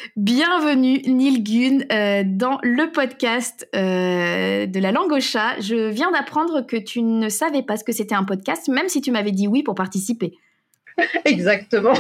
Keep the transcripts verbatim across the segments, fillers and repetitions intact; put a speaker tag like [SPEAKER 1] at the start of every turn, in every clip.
[SPEAKER 1] Bienvenue Nilgun euh, dans le podcast euh, de la langue au chat. Je viens d'apprendre que tu ne savais pas ce que c'était un podcast, même si tu m'avais dit oui pour participer.
[SPEAKER 2] Exactement.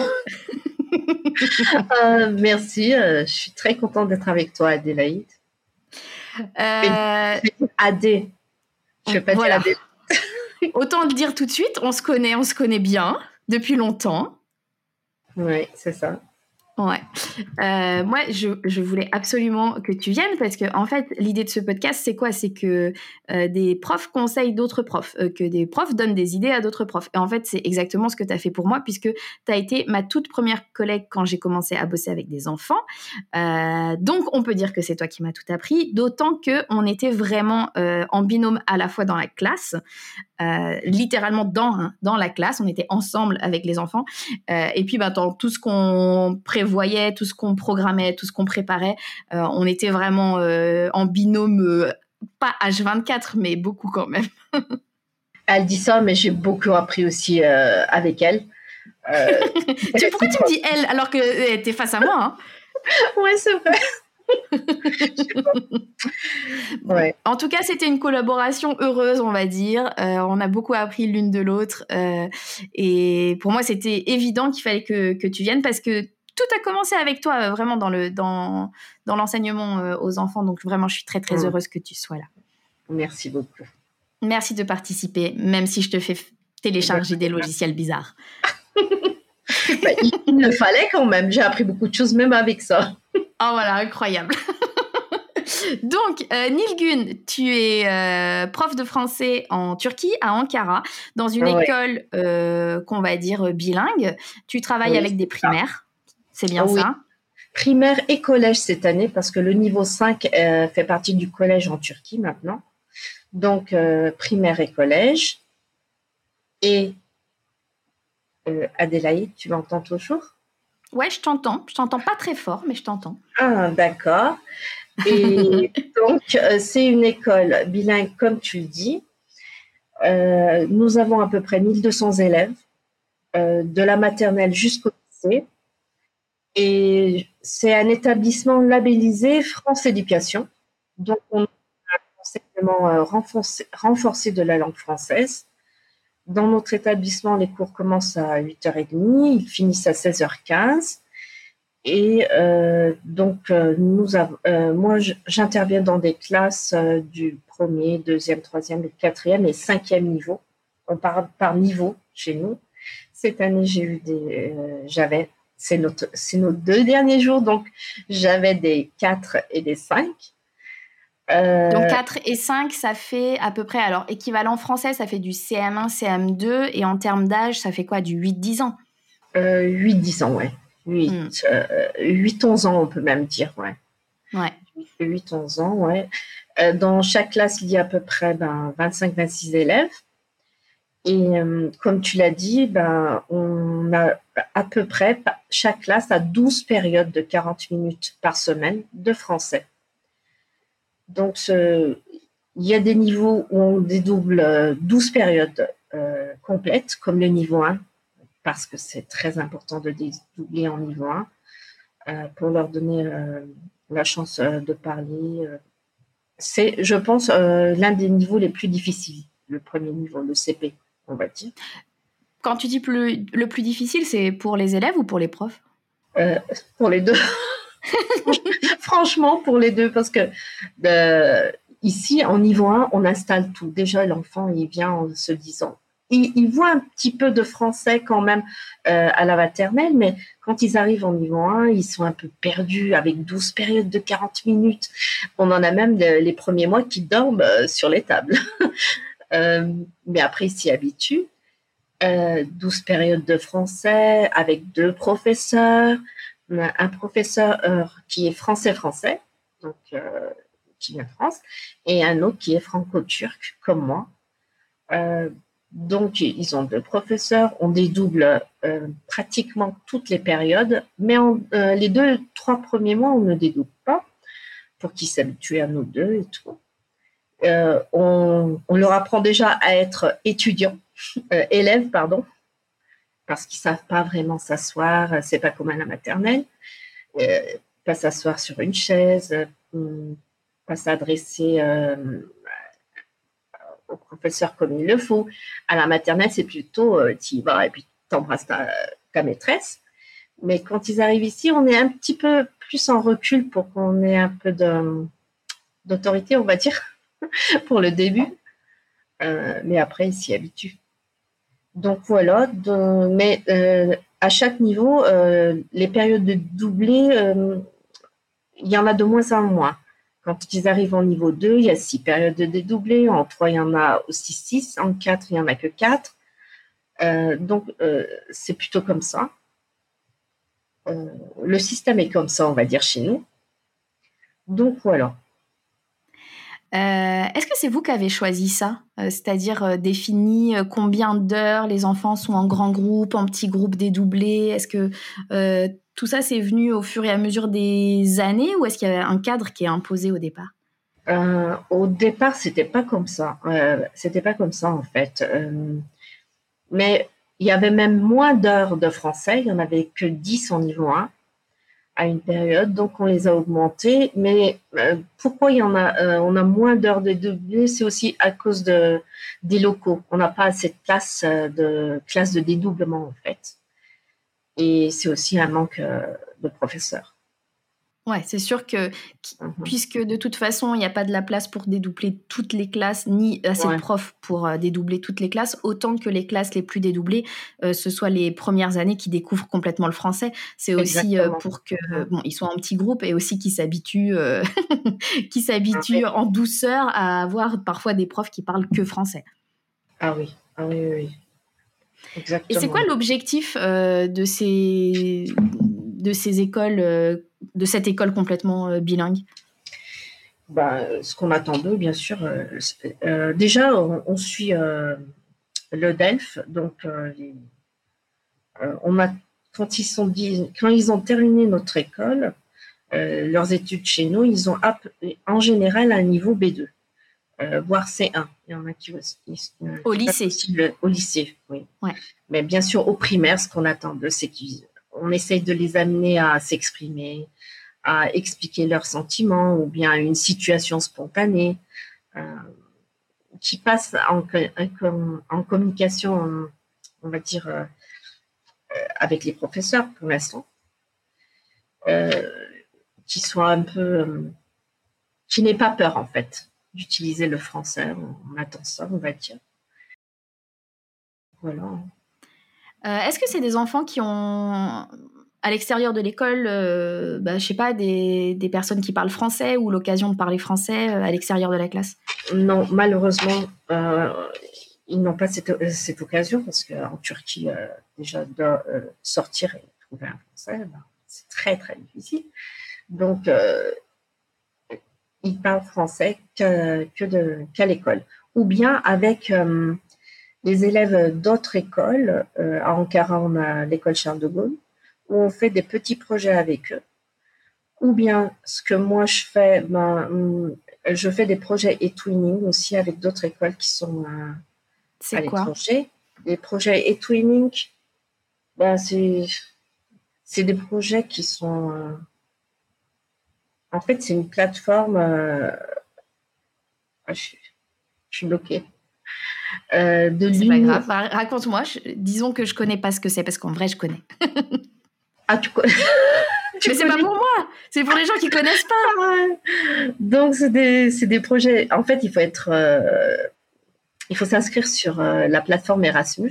[SPEAKER 2] euh, merci, euh, je suis très contente d'être avec toi, Adélaïde. Euh... Adé, je ne vais pas
[SPEAKER 1] voilà.
[SPEAKER 2] dire Adé.
[SPEAKER 1] Autant le dire tout de suite, on se connaît, on se connaît bien depuis longtemps.
[SPEAKER 2] Oui, c'est ça.
[SPEAKER 1] Ouais. Euh, moi, je, je voulais absolument que tu viennes parce que, en fait, l'idée de ce podcast, c'est quoi? C'est que euh, des profs conseillent d'autres profs, euh, que des profs donnent des idées à d'autres profs. Et en fait, c'est exactement ce que tu as fait pour moi puisque tu as été ma toute première collègue quand j'ai commencé à bosser avec des enfants. Euh, donc, on peut dire que c'est toi qui m'as tout appris, d'autant qu'on était vraiment euh, en binôme à la fois dans la classe, Euh, littéralement dans, hein, dans la classe, on était ensemble avec les enfants euh, et puis bah, dans tout ce qu'on prévoyait, tout ce qu'on programmait, tout ce qu'on préparait, euh, on était vraiment euh, en binôme, euh, pas H vingt-quatre mais beaucoup quand même.
[SPEAKER 2] Elle dit ça, mais j'ai beaucoup appris aussi euh, avec elle.
[SPEAKER 1] Euh, tu, pourquoi tu me dis elle alors que euh, t'es face à moi hein?
[SPEAKER 2] Ouais, c'est vrai. Ouais.
[SPEAKER 1] En tout cas, c'était une collaboration heureuse, on va dire. Euh, on a beaucoup appris l'une de l'autre. Euh, et pour moi, c'était évident qu'il fallait que, que tu viennes parce que tout a commencé avec toi, euh, vraiment, dans, le, dans, dans l'enseignement euh, aux enfants. Donc, vraiment, je suis très, très mmh. heureuse que tu sois là.
[SPEAKER 2] Merci beaucoup.
[SPEAKER 1] Merci de participer, même si je te fais télécharger des logiciels bizarres.
[SPEAKER 2] Bah, il, il le fallait quand même. J'ai appris beaucoup de choses, même avec ça.
[SPEAKER 1] Oh, voilà, incroyable. Donc, euh, Nilgun, tu es euh, prof de français en Turquie, à Ankara, dans une ouais. école euh, qu'on va dire bilingue. Tu travailles oui, avec des primaires, c'est bien oui. ça?
[SPEAKER 2] Primaire et collège cette année, parce que le niveau cinq euh, fait partie du collège en Turquie maintenant. Donc, euh, primaire et collège. Et euh, Adélaïde, tu m'entends toujours?
[SPEAKER 1] Ouais, je t'entends. Je t'entends pas très fort, mais je t'entends.
[SPEAKER 2] Ah, d'accord. Et donc, euh, c'est une école bilingue, comme tu le dis. Euh, nous avons à peu près mille deux cents élèves, euh, de la maternelle jusqu'au lycée. Et c'est un établissement labellisé France Éducation. Donc, on a un enseignement euh, renforcé, renforcé de la langue française. Dans notre établissement, les cours commencent à huit heures trente, ils finissent à seize heures quinze. Et euh, donc, euh, nous avons, euh, moi, j'interviens dans des classes euh, du premier, deuxième, troisième, quatrième et cinquième niveau. On parle par niveau chez nous. Cette année, j'ai eu des, euh, j'avais, c'est notre, c'est nos deux derniers jours, donc j'avais des quatre et des cinq.
[SPEAKER 1] Euh, donc quatre et cinq, ça fait à peu près, alors équivalent français, ça fait du C M un, C M deux, et en termes d'âge, ça fait quoi, du huit dix ans?
[SPEAKER 2] euh, huit dix ans, ouais. huit, mm. euh, huit onze ans, on peut même dire, ouais.
[SPEAKER 1] Ouais.
[SPEAKER 2] huit onze ans, ouais. Euh, dans chaque classe, il y a à peu près ben, vingt-cinq vingt-six élèves. Et euh, comme tu l'as dit, ben, on a à peu près, chaque classe a douze périodes de quarante minutes par semaine de français. Donc, ce, il y a des niveaux où on dédouble douze périodes euh, complètes, comme le niveau un, parce que c'est très important de dédoubler en niveau un, euh, pour leur donner euh, la chance euh, de parler. Euh. C'est, je pense, euh, l'un des niveaux les plus difficiles, le premier niveau, le C P, on va dire.
[SPEAKER 1] Quand tu dis plus, le plus difficile, c'est pour les élèves ou pour les profs?
[SPEAKER 2] euh, Pour les deux. Franchement, pour les deux, parce que euh, ici, en niveau un, on installe tout. Déjà, l'enfant, il vient en se disant, il, il voit un petit peu de français quand même euh, à la maternelle, mais quand ils arrivent en niveau un, ils sont un peu perdus avec douze périodes de quarante minutes. On en a même de, les premiers mois qui dorment euh, sur les tables. euh, mais après, ils s'y habituent. Euh, douze périodes de français avec deux professeurs. Un professeur euh, qui est français-français, donc euh, qui vient de France, et un autre qui est franco-turc, comme moi. Euh, donc, ils ont deux professeurs, on dédouble euh, pratiquement toutes les périodes, mais en, euh, les deux, trois premiers mois, on ne dédouble pas pour qu'ils s'habituent à nous deux et tout. Euh, on, on leur apprend déjà à être étudiants, euh, élèves, pardon, parce qu'ils ne savent pas vraiment s'asseoir, c'est pas comme à la maternelle. Euh, pas s'asseoir sur une chaise, euh, pas s'adresser euh, au professeur comme il le faut. À la maternelle, c'est plutôt euh, tu y vas et puis tu embrasses ta, ta maîtresse. Mais quand ils arrivent ici, on est un petit peu plus en recul pour qu'on ait un peu de, d'autorité, on va dire, pour le début. Euh, mais après, ils s'y habituent. Donc voilà, de, mais euh, à chaque niveau, euh, les périodes de doublé, euh, il y en a de moins en moins. Quand ils arrivent en niveau deux, il y a six périodes de dédoublé. En trois, il y en a aussi six. En quatre, il n'y en a que quatre. Euh, donc, euh, c'est plutôt comme ça. Euh, le système est comme ça, on va dire, chez nous. Donc, voilà.
[SPEAKER 1] Euh, est-ce que c'est vous qui avez choisi ça, euh, c'est-à-dire euh, défini euh, combien d'heures les enfants sont en grand groupe, en petit groupe dédoublé? Est-ce que euh, tout ça c'est venu au fur et à mesure des années ou est-ce qu'il y avait un cadre qui est imposé au départ?
[SPEAKER 2] Euh, au départ, c'était pas comme ça. Euh, c'était pas comme ça, en fait. Euh, mais il y avait même moins d'heures de français. Il y en avait que dix en niveau un à une période, donc on les a augmentés. Mais euh, pourquoi il y en a, euh, on a moins d'heures de dédoublé? C'est aussi à cause de, des locaux. On n'a pas assez de place euh, de classe de dédoublement, en fait. Et c'est aussi un manque euh, de professeurs.
[SPEAKER 1] Ouais, c'est sûr que qui-
[SPEAKER 2] Mhm.
[SPEAKER 1] puisque de toute façon, il n'y a pas de la place pour dédoubler toutes les classes, ni assez de
[SPEAKER 2] Ouais,
[SPEAKER 1] profs pour euh, dédoubler toutes les classes, autant que les classes les plus dédoublées, euh, ce soit les premières années qui découvrent complètement le français. C'est aussi euh,
[SPEAKER 2] exactement.
[SPEAKER 1] pour que
[SPEAKER 2] Mhm.
[SPEAKER 1] bon, ils soient en petits groupes et aussi qu'ils s'habituent, euh, qu'ils
[SPEAKER 2] Ah oui,
[SPEAKER 1] s'habituent en douceur à avoir parfois des profs qui parlent que français.
[SPEAKER 2] ah oui, ah oui, oui, oui.
[SPEAKER 1] Et c'est quoi
[SPEAKER 2] Exactement.
[SPEAKER 1] l'objectif euh, de ces de ces écoles, euh, de cette école complètement euh, bilingue?
[SPEAKER 2] Ben, ce qu'on attend d'eux, bien sûr. Euh, euh, déjà, on, on suit euh, le DELF, donc euh, les, euh, on a quand ils sont dit, quand ils ont terminé notre école, euh, leurs études chez nous, ils ont en général un niveau B deux, euh, voire C un. Il y en a qui, qui,
[SPEAKER 1] Au
[SPEAKER 2] qui passent
[SPEAKER 1] lycée.
[SPEAKER 2] aussi le, au lycée, oui.
[SPEAKER 1] Ouais.
[SPEAKER 2] Mais bien sûr, au primaire, ce qu'on attend d'eux, c'est qu'on essaye de les amener à s'exprimer, à expliquer leurs sentiments ou bien une situation spontanée, euh, qui passe en, en, en communication, on va dire, euh, avec les professeurs pour l'instant, euh, qui soit un peu, euh, qui n'ait pas peur en fait d'utiliser le français. On, on attend ça, on va dire. Voilà.
[SPEAKER 1] Euh, est-ce que c'est des enfants qui ont, à l'extérieur de l'école, euh, bah, je sais pas, des, des personnes qui parlent français ou l'occasion de parler français euh, à l'extérieur de la classe?
[SPEAKER 2] Non, malheureusement, euh, ils n'ont pas cette, cette occasion parce qu'en Turquie, euh, déjà, de euh, sortir et trouver un français, ben, c'est très, très difficile. Donc, euh, ils parlent français que, que de, qu'à l'école. Ou bien avec euh, les élèves d'autres écoles. Euh, à Ankara, on a l'école Charles de Gaulle, où on fait des petits projets avec eux. Ou bien, ce que moi je fais, ben, je fais des projets e-twinning aussi avec d'autres écoles qui sont euh, à
[SPEAKER 1] C'est quoi?
[SPEAKER 2] l'étranger. Les projets e-twinning, ben, c'est, c'est des projets qui sont... Euh, en fait, c'est une plateforme... Euh, je, je suis bloquée. Euh, de
[SPEAKER 1] C'est pas
[SPEAKER 2] l'Union.
[SPEAKER 1] grave. Bah, raconte-moi. Je- disons que je connais pas ce que c'est parce qu'en vrai, je connais.
[SPEAKER 2] Ah, tu, connais tu
[SPEAKER 1] Mais c'est pas
[SPEAKER 2] connais
[SPEAKER 1] pour moi. C'est pour les gens qui connaissent pas.
[SPEAKER 2] pas. Donc, c'est des, c'est des projets. En fait, il faut être. Euh, il faut s'inscrire sur euh, la plateforme Erasmus.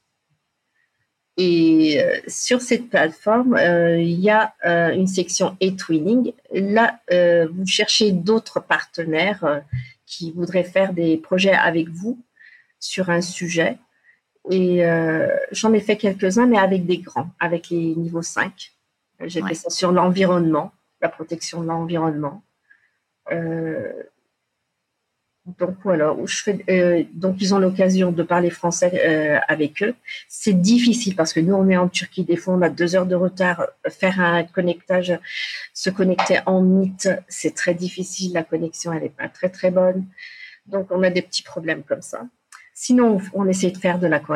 [SPEAKER 2] Et euh, sur cette plateforme, euh, il y a euh, une section e-twinning. Là, euh, vous cherchez d'autres partenaires euh, qui voudraient faire des projets avec vous sur un sujet. Et euh, j'en ai fait quelques-uns, mais avec des grands, avec les niveaux cinq. J'ai fait
[SPEAKER 1] Ouais.
[SPEAKER 2] ça sur l'environnement, la protection de l'environnement. Euh, donc voilà, où je fais, euh, donc ils ont l'occasion de parler français euh, avec eux. C'est difficile parce que nous on est en Turquie, des fois on a deux heures de retard. Faire un connectage, se connecter en Meet, c'est très difficile. La connexion elle n'est pas très très bonne, donc on a des petits problèmes comme ça. Sinon on essaie de faire de la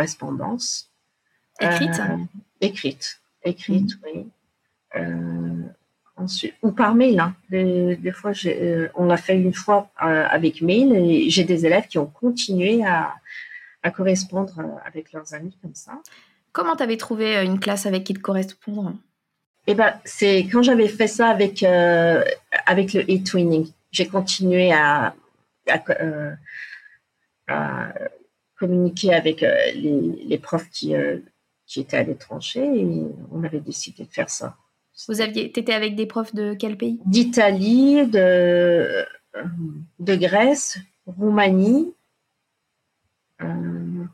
[SPEAKER 2] correspondance
[SPEAKER 1] Écrite.
[SPEAKER 2] euh, écrite, écrite,
[SPEAKER 1] Mhm.
[SPEAKER 2] oui. Euh, Ensuite, ou par mail. Hein. Des, des fois, j'ai, euh, on l'a fait une fois euh, avec mail et j'ai des élèves qui ont continué à, à correspondre euh, avec leurs amis comme ça.
[SPEAKER 1] Comment tu avais trouvé une classe avec qui te correspondre?
[SPEAKER 2] Eh ben, c'est quand j'avais fait ça avec, euh, avec le e-twinning. J'ai continué à, à, euh, à communiquer avec euh, les, les profs qui, euh, qui étaient à l'étranger et on avait décidé de faire ça.
[SPEAKER 1] Vous aviez, t'étais avec des profs de quel pays?
[SPEAKER 2] D'Italie, de, de Grèce, Roumanie euh,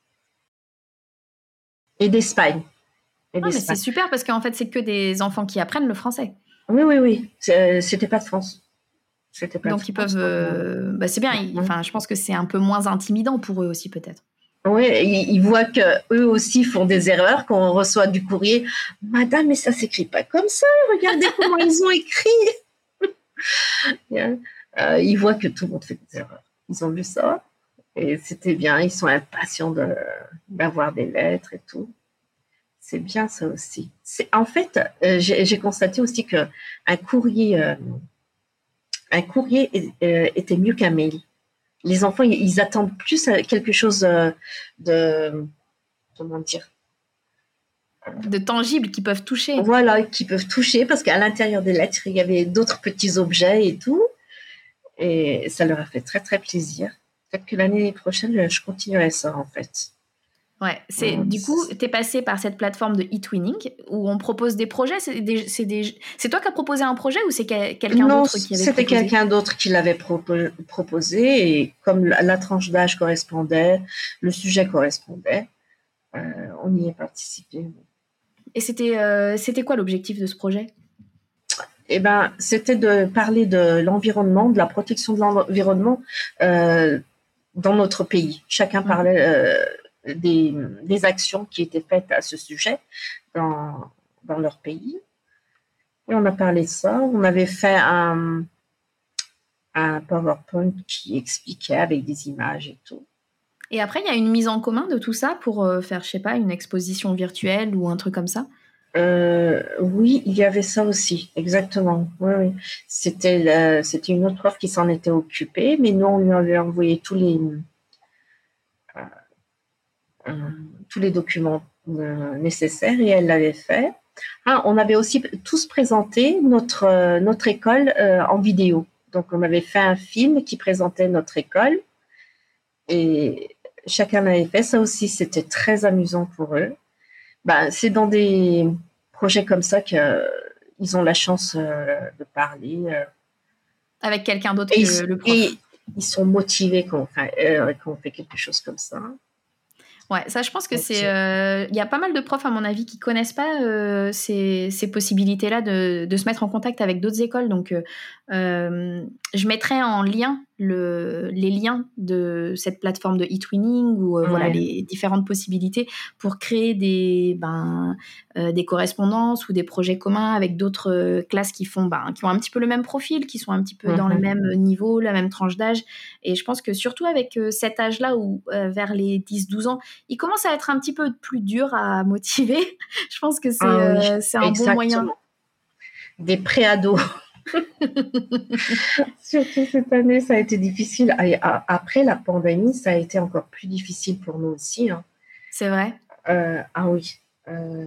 [SPEAKER 2] et d'Espagne. Et
[SPEAKER 1] Ah, mais
[SPEAKER 2] d'Espagne.
[SPEAKER 1] c'est super parce qu'en fait, c'est que des enfants qui apprennent le français.
[SPEAKER 2] Oui, oui, oui. C'est, c'était pas de France. C'était pas
[SPEAKER 1] Donc,
[SPEAKER 2] de
[SPEAKER 1] ils
[SPEAKER 2] France,
[SPEAKER 1] peuvent. Euh, bah, c'est bien. Ils, enfin, je pense que c'est un peu moins intimidant pour eux aussi, peut-être.
[SPEAKER 2] Oui, ils, ils voient qu'eux aussi font des erreurs quand on reçoit du courrier. Madame, mais ça s'écrit pas comme ça. Regardez comment ils ont écrit. euh, ils voient que tout le monde fait des erreurs. Ils ont vu ça. Et c'était bien. Ils sont impatients de, d'avoir des lettres et tout. C'est bien ça aussi. C'est, en fait, euh, j'ai, j'ai constaté aussi qu'un courrier, euh, un courrier euh, était mieux qu'un mail. Les enfants, ils, ils attendent plus quelque chose euh, de, comment dire,
[SPEAKER 1] de tangibles qui peuvent toucher.
[SPEAKER 2] Voilà, qui peuvent toucher parce qu'à l'intérieur des lettres, il y avait d'autres petits objets et tout. Et ça leur a fait très, très plaisir. Peut-être que l'année prochaine, je continuerai ça, en fait.
[SPEAKER 1] Ouais, c'est, du coup, tu es passé par cette plateforme de e-twinning où on propose des projets. C'est, des, c'est, des, c'est toi qui as proposé un projet ou c'est quelqu'un
[SPEAKER 2] non,
[SPEAKER 1] d'autre qui avait
[SPEAKER 2] c'était
[SPEAKER 1] proposé?
[SPEAKER 2] quelqu'un d'autre qui l'avait propo- proposé. Et comme la, la tranche d'âge correspondait, le sujet correspondait, euh, on y est participé.
[SPEAKER 1] Et c'était, euh, c'était quoi l'objectif de ce projet?
[SPEAKER 2] Eh ben, c'était de parler de l'environnement, de la protection de l'environnement euh, dans notre pays. Chacun parlait euh, des, des actions qui étaient faites à ce sujet dans, dans leur pays. Et on a parlé de ça. On avait fait un, un PowerPoint qui expliquait avec des images et tout.
[SPEAKER 1] Et après, il y a une mise en commun de tout ça pour euh, faire, je sais pas, une exposition virtuelle ou un truc comme ça?
[SPEAKER 2] Euh, oui, il y avait ça aussi, exactement. Oui, oui. C'était, euh, c'était une autre prof qui s'en était occupée, mais nous, on lui avait envoyé tous les, euh, euh, tous les documents euh, nécessaires et elle l'avait fait. Ah, on avait aussi tous présenté notre, euh, notre école euh, en vidéo. Donc, on avait fait un film qui présentait notre école et chacun l'avait fait. Ça aussi, c'était très amusant pour eux. Ben, c'est dans des projets comme ça qu'ils euh, ont la chance euh, de parler. Euh.
[SPEAKER 1] Avec quelqu'un d'autre
[SPEAKER 2] et
[SPEAKER 1] que
[SPEAKER 2] ils,
[SPEAKER 1] le prof.
[SPEAKER 2] Et ils sont motivés quand on fait, euh, quand on fait quelque chose comme ça.
[SPEAKER 1] Ouais, ça, je pense que c'est. Il euh, y a pas mal de profs, à mon avis, qui connaissent pas euh, ces, ces possibilités-là de, de se mettre en contact avec d'autres écoles. Donc, euh, je mettrai en lien le, les liens de cette plateforme de e-twinning ou euh, ouais. voilà, les différentes possibilités pour créer des, ben, euh, des correspondances ou des projets communs avec d'autres euh, classes qui font, ben, qui ont un petit peu le même profil, qui sont un petit peu mm-hmm. dans le même niveau, la même tranche d'âge. Et je pense que surtout avec euh, cet âge-là, où euh, vers les dix douze ans, il commence à être un petit peu plus dur à motiver. Je pense que c'est, ah oui, euh, c'est un exactement. bon moyen.
[SPEAKER 2] Des pré-ados. Surtout cette année, ça a été difficile. Après la pandémie, ça a été encore plus difficile pour nous aussi. Hein.
[SPEAKER 1] C'est vrai.
[SPEAKER 2] Euh, ah oui. Euh,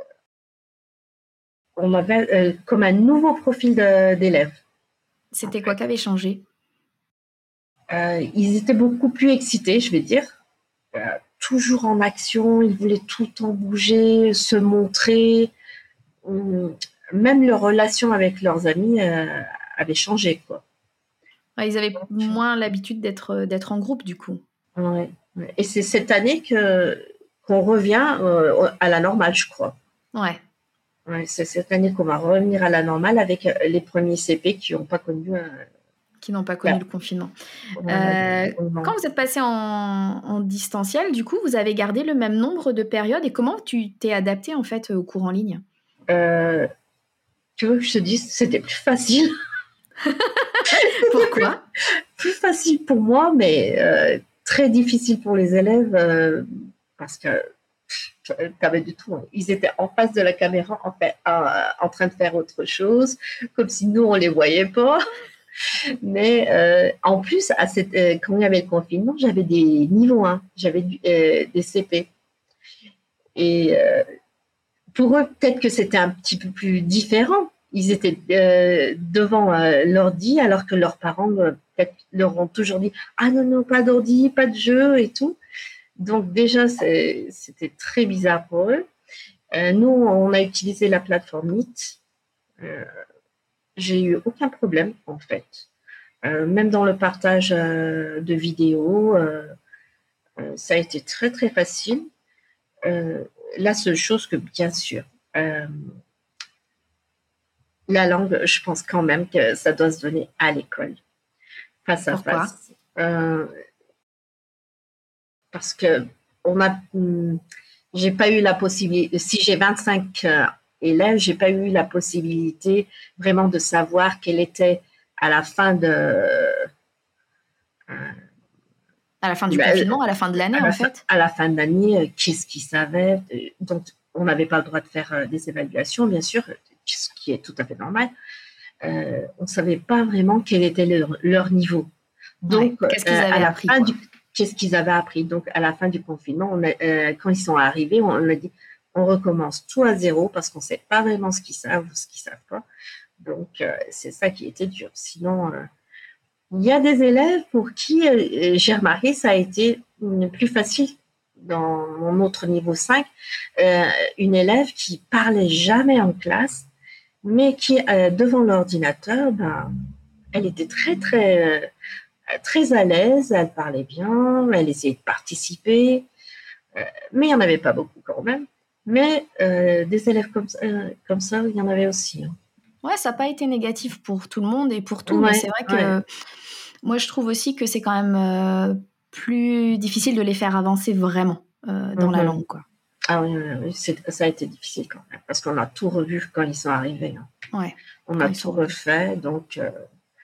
[SPEAKER 2] on avait euh, comme un nouveau profil de, d'élèves.
[SPEAKER 1] C'était quoi qui avait changé?
[SPEAKER 2] euh, Ils étaient beaucoup plus excités, je vais dire. Euh, toujours en action, ils voulaient tout le temps bouger, se montrer. Même leur relation avec leurs amis euh, avait changé, quoi.
[SPEAKER 1] Ouais, ils avaient moins l'habitude d'être, d'être en groupe, du coup.
[SPEAKER 2] Ouais. Et c'est cette année que, qu'on revient euh, à la normale, je crois.
[SPEAKER 1] Ouais.
[SPEAKER 2] Ouais, c'est cette année qu'on va revenir à la normale avec les premiers C P qui n'ont pas connu... Euh,
[SPEAKER 1] qui n'ont pas connu ouais. le confinement. Euh, quand vous êtes passé en, en distanciel, du coup, vous avez gardé le même nombre de périodes et comment tu t'es adapté en fait au cours en ligne?
[SPEAKER 2] euh, Tu veux que je te dise, c'était plus facile.
[SPEAKER 1] Pourquoi?
[SPEAKER 2] Plus facile pour moi, mais euh, très difficile pour les élèves euh, parce que pas du tout. Ils étaient en face de la caméra en, fait, en, en train de faire autre chose, comme si nous, on ne les voyait pas. Mais euh, en plus, à cette, euh, quand il y avait le confinement, j'avais des niveaux un, j'avais du, euh, des C P. Et euh, pour eux, peut-être que c'était un petit peu plus différent. Ils étaient euh, devant euh, l'ordi, alors que leurs parents euh, peut-être leur ont toujours dit « Ah non, non, pas d'ordi, pas de jeu et tout ». Donc déjà, c'est, c'était très bizarre pour eux. Euh, nous, on a utilisé la plateforme Meet. Euh, j'ai eu aucun problème, en fait. Euh, même dans le partage euh, de vidéos, euh, euh, ça a été très, très facile. Euh, la seule chose que, bien sûr, euh, la langue, je pense quand même que ça doit se donner à l'école, face à
[SPEAKER 1] Pourquoi?
[SPEAKER 2] face. Euh, parce que on a, hum, j'ai pas eu la possibilité, si j'ai vingt-cinq euh, élèves, j'ai pas eu la possibilité vraiment de savoir quelle était à la fin de... Euh,
[SPEAKER 1] À la fin du
[SPEAKER 2] bah,
[SPEAKER 1] confinement, à la fin de l'année, en
[SPEAKER 2] fin,
[SPEAKER 1] fait?
[SPEAKER 2] À la fin de l'année, euh, qu'est-ce qu'ils savaient? Donc, on n'avait pas le droit de faire euh, des évaluations, bien sûr, ce qui est tout à fait normal. Euh, on ne savait pas vraiment quel était leur, leur niveau. Donc,
[SPEAKER 1] ouais. Qu'est-ce qu'ils
[SPEAKER 2] euh,
[SPEAKER 1] avaient
[SPEAKER 2] à la
[SPEAKER 1] appris,
[SPEAKER 2] fin
[SPEAKER 1] quoi.
[SPEAKER 2] du, qu'est-ce qu'ils avaient appris? Donc, à la fin du confinement, on a, euh, quand ils sont arrivés, on, on a dit, on recommence tout à zéro parce qu'on ne sait pas vraiment ce qu'ils savent ou ce qu'ils ne savent pas. Donc, euh, c'est ça qui était dur. Sinon, euh, il y a des élèves pour qui, euh, j'ai remarqué, ça a été plus facile dans mon autre niveau cinq. Euh, une élève qui parlait jamais en classe, mais qui, euh, devant l'ordinateur, ben, elle était très, très, euh, très à l'aise, elle parlait bien, elle essayait de participer, euh, mais il n'y en avait pas beaucoup quand même. Mais euh, des élèves comme, euh, comme ça, il y en avait aussi. Hein.
[SPEAKER 1] Ouais, ça n'a pas été négatif pour tout le monde et pour tout, mais
[SPEAKER 2] Ouais,
[SPEAKER 1] c'est vrai
[SPEAKER 2] ouais.
[SPEAKER 1] que moi, je trouve aussi que c'est quand même euh, plus difficile de les faire avancer vraiment euh, dans
[SPEAKER 2] Mm-hmm.
[SPEAKER 1] la langue, quoi.
[SPEAKER 2] Ah oui, oui, oui. C'est, ça a été difficile quand même, parce qu'on a tout revu quand ils sont arrivés. Hein.
[SPEAKER 1] Ouais,
[SPEAKER 2] on a tout refait, donc euh,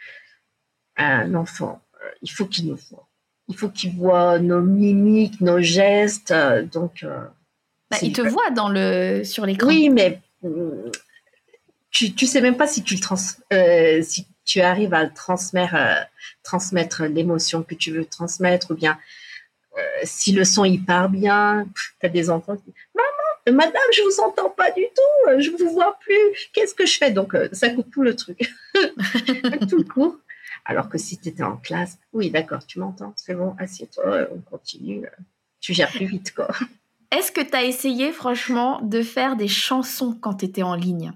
[SPEAKER 2] un enfant, euh, il faut qu'il nous voit. Il faut qu'il voit nos mimiques, nos gestes, euh, donc... Euh,
[SPEAKER 1] bah, il te voit dans le, sur l'écran.
[SPEAKER 2] Oui, mais euh, tu, tu sais même pas si tu, le trans, euh, si tu arrives à transmettre, euh, transmettre l'émotion que tu veux transmettre, ou bien euh, si le son il part bien. Tu as des enfants qui disent « Maman, madame, je vous entends pas du tout, je vous vois plus, qu'est-ce que je fais ?» Donc, euh, ça coupe tout le truc, tout le cours. Alors que si tu étais en classe, oui, d'accord, tu m'entends, c'est bon, assieds-toi, on continue, tu gères plus vite, quoi.
[SPEAKER 1] Est-ce que tu as essayé, franchement, de faire des chansons quand tu étais en ligne?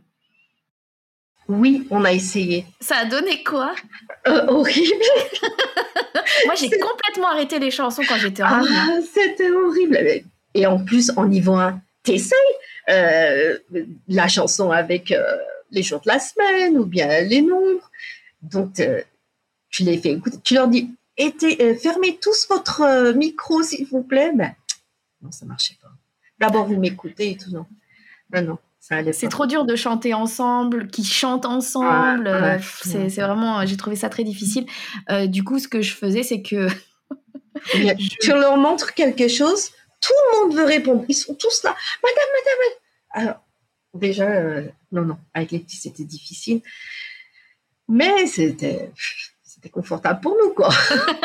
[SPEAKER 2] Oui, on a essayé.
[SPEAKER 1] Ça a donné quoi?
[SPEAKER 2] euh, Horrible.
[SPEAKER 1] Moi, j'ai c'est... complètement arrêté les chansons quand j'étais en
[SPEAKER 2] ah,
[SPEAKER 1] ligne.
[SPEAKER 2] Ah, c'était horrible. Et en plus, en niveau un, t'essayes euh, la chanson avec euh, les jours de la semaine ou bien les nombres. Donc, euh, tu les fais écouter. Tu leur dis, euh, fermez tous votre euh, micro, s'il vous plaît. Ben, non, ça ne marchait pas. D'abord, vous m'écoutez et tout. Non, non, non.
[SPEAKER 1] C'est trop dur de chanter ensemble, qu'ils chantent ensemble.
[SPEAKER 2] Ouais, ouais,
[SPEAKER 1] c'est,
[SPEAKER 2] ouais.
[SPEAKER 1] c'est vraiment, j'ai trouvé ça très difficile. Euh, du coup, ce que je faisais, c'est que
[SPEAKER 2] je... tu leur montres quelque chose, tout le monde veut répondre. Ils sont tous là, madame, madame. Alors, déjà, euh, non, non, avec les petits, c'était difficile, mais c'était, c'était confortable pour nous, quoi.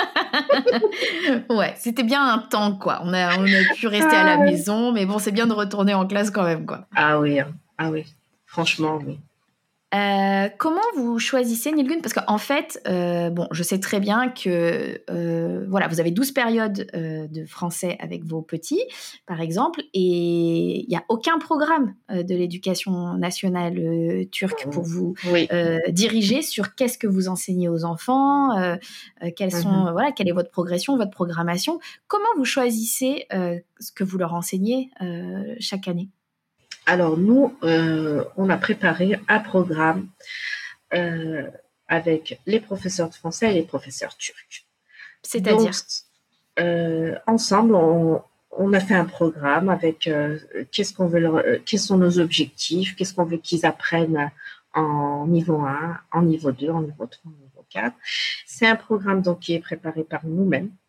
[SPEAKER 1] Ouais, c'était bien un temps, quoi. On a, on a pu rester ah, à la maison, mais bon, c'est bien de retourner en classe quand même, quoi.
[SPEAKER 2] Ah oui, ah oui, franchement, oui.
[SPEAKER 1] Euh, comment vous choisissez, Nilgun? Parce qu'en fait, euh, bon, je sais très bien que euh, voilà, vous avez douze périodes euh, de français avec vos petits, par exemple, et il n'y a aucun programme euh, de l'éducation nationale euh, turque pour vous
[SPEAKER 2] oui.
[SPEAKER 1] euh, diriger sur qu'est-ce que vous enseignez aux enfants, euh, euh, quelles sont, mm-hmm. voilà, quelle est votre progression, votre programmation. Comment vous choisissez euh, ce que vous leur enseignez euh, chaque année?
[SPEAKER 2] Alors, nous, euh, on a préparé un programme euh, avec les professeurs de français et les professeurs turcs.
[SPEAKER 1] C'est-à-dire
[SPEAKER 2] euh, ensemble, on, on a fait un programme avec euh, qu'est-ce qu'on veut leur, euh, quels sont nos objectifs, qu'est-ce qu'on veut qu'ils apprennent en niveau un, en niveau deux, en niveau trois, en niveau quatre. C'est un programme donc, qui est préparé par nous-mêmes.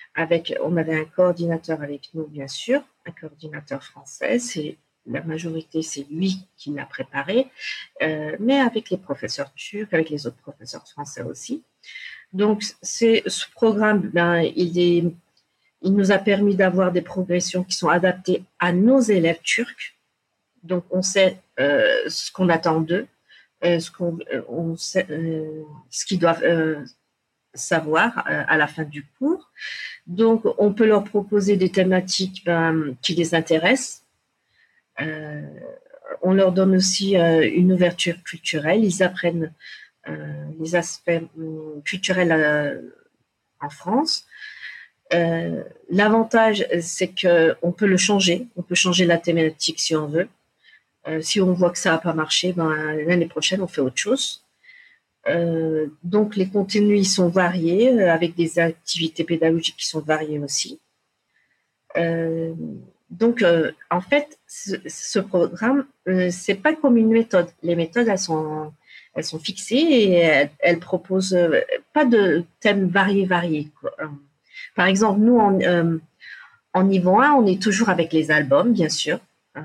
[SPEAKER 2] avec, on avait un coordinateur avec nous, bien sûr, un coordinateur français. C'est la majorité, c'est lui qui l'a préparé, euh, mais avec les professeurs turcs, avec les autres professeurs français aussi. Donc, c'est, ce programme, ben, il, est, il nous a permis d'avoir des progressions qui sont adaptées à nos élèves turcs. Donc, on sait euh, ce qu'on attend d'eux, euh, ce, qu'on, euh, on sait, euh, ce qu'ils doivent euh, savoir euh, à la fin du cours. Donc, on peut leur proposer des thématiques ben, qui les intéressent. Euh, on leur donne aussi euh, une ouverture culturelle. Ils apprennent euh, les aspects euh, culturels euh, en France. Euh, l'avantage, c'est qu'on peut le changer. On peut changer la thématique si on veut. Euh, si on voit que ça n'a pas marché, ben, l'année prochaine, on fait autre chose. Euh, donc, les contenus, ils sont variés, euh, avec des activités pédagogiques qui sont variées aussi. Euh, donc, euh, en fait, ce, ce programme, euh, c'est pas comme une méthode. Les méthodes, elles sont, elles sont fixées et elles, elles proposent euh, pas de thèmes variés, variés, quoi. Par exemple, nous, en, euh, en niveau un, on est toujours avec les albums, bien sûr. Euh,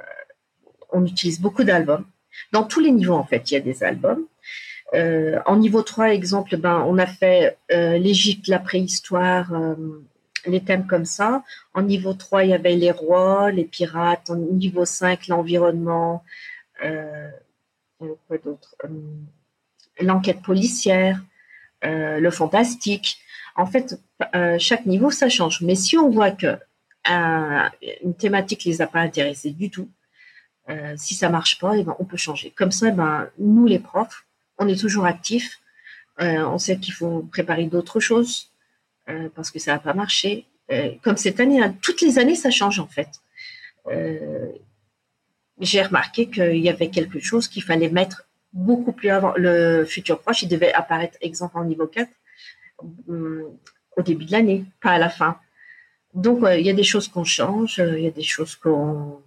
[SPEAKER 2] on utilise beaucoup d'albums. Dans tous les niveaux, en fait, il y a des albums. Euh, en niveau trois, exemple, ben, on a fait euh, l'Égypte, la préhistoire, euh, les thèmes comme ça. En niveau trois, il y avait les rois, les pirates. En niveau cinq, l'environnement, euh, quoi d'autre, euh, l'enquête policière, euh, le fantastique. En fait, euh, chaque niveau, ça change. Mais si on voit que euh, une thématique les a pas intéressés du tout, euh, si ça marche pas, eh ben, on peut changer. Comme ça, ben, nous, les profs, on est toujours actifs. Euh, on sait qu'il faut préparer d'autres choses euh, parce que ça n'a pas marché. Euh, comme cette année, hein, toutes les années, ça change en fait. Euh, j'ai remarqué qu'il y avait quelque chose qu'il fallait mettre beaucoup plus avant. Le futur proche, il devait apparaître, exemple, en niveau quatre, euh, au début de l'année, pas à la fin. Donc, euh, il y a des choses qu'on change, il y a des choses qu'on,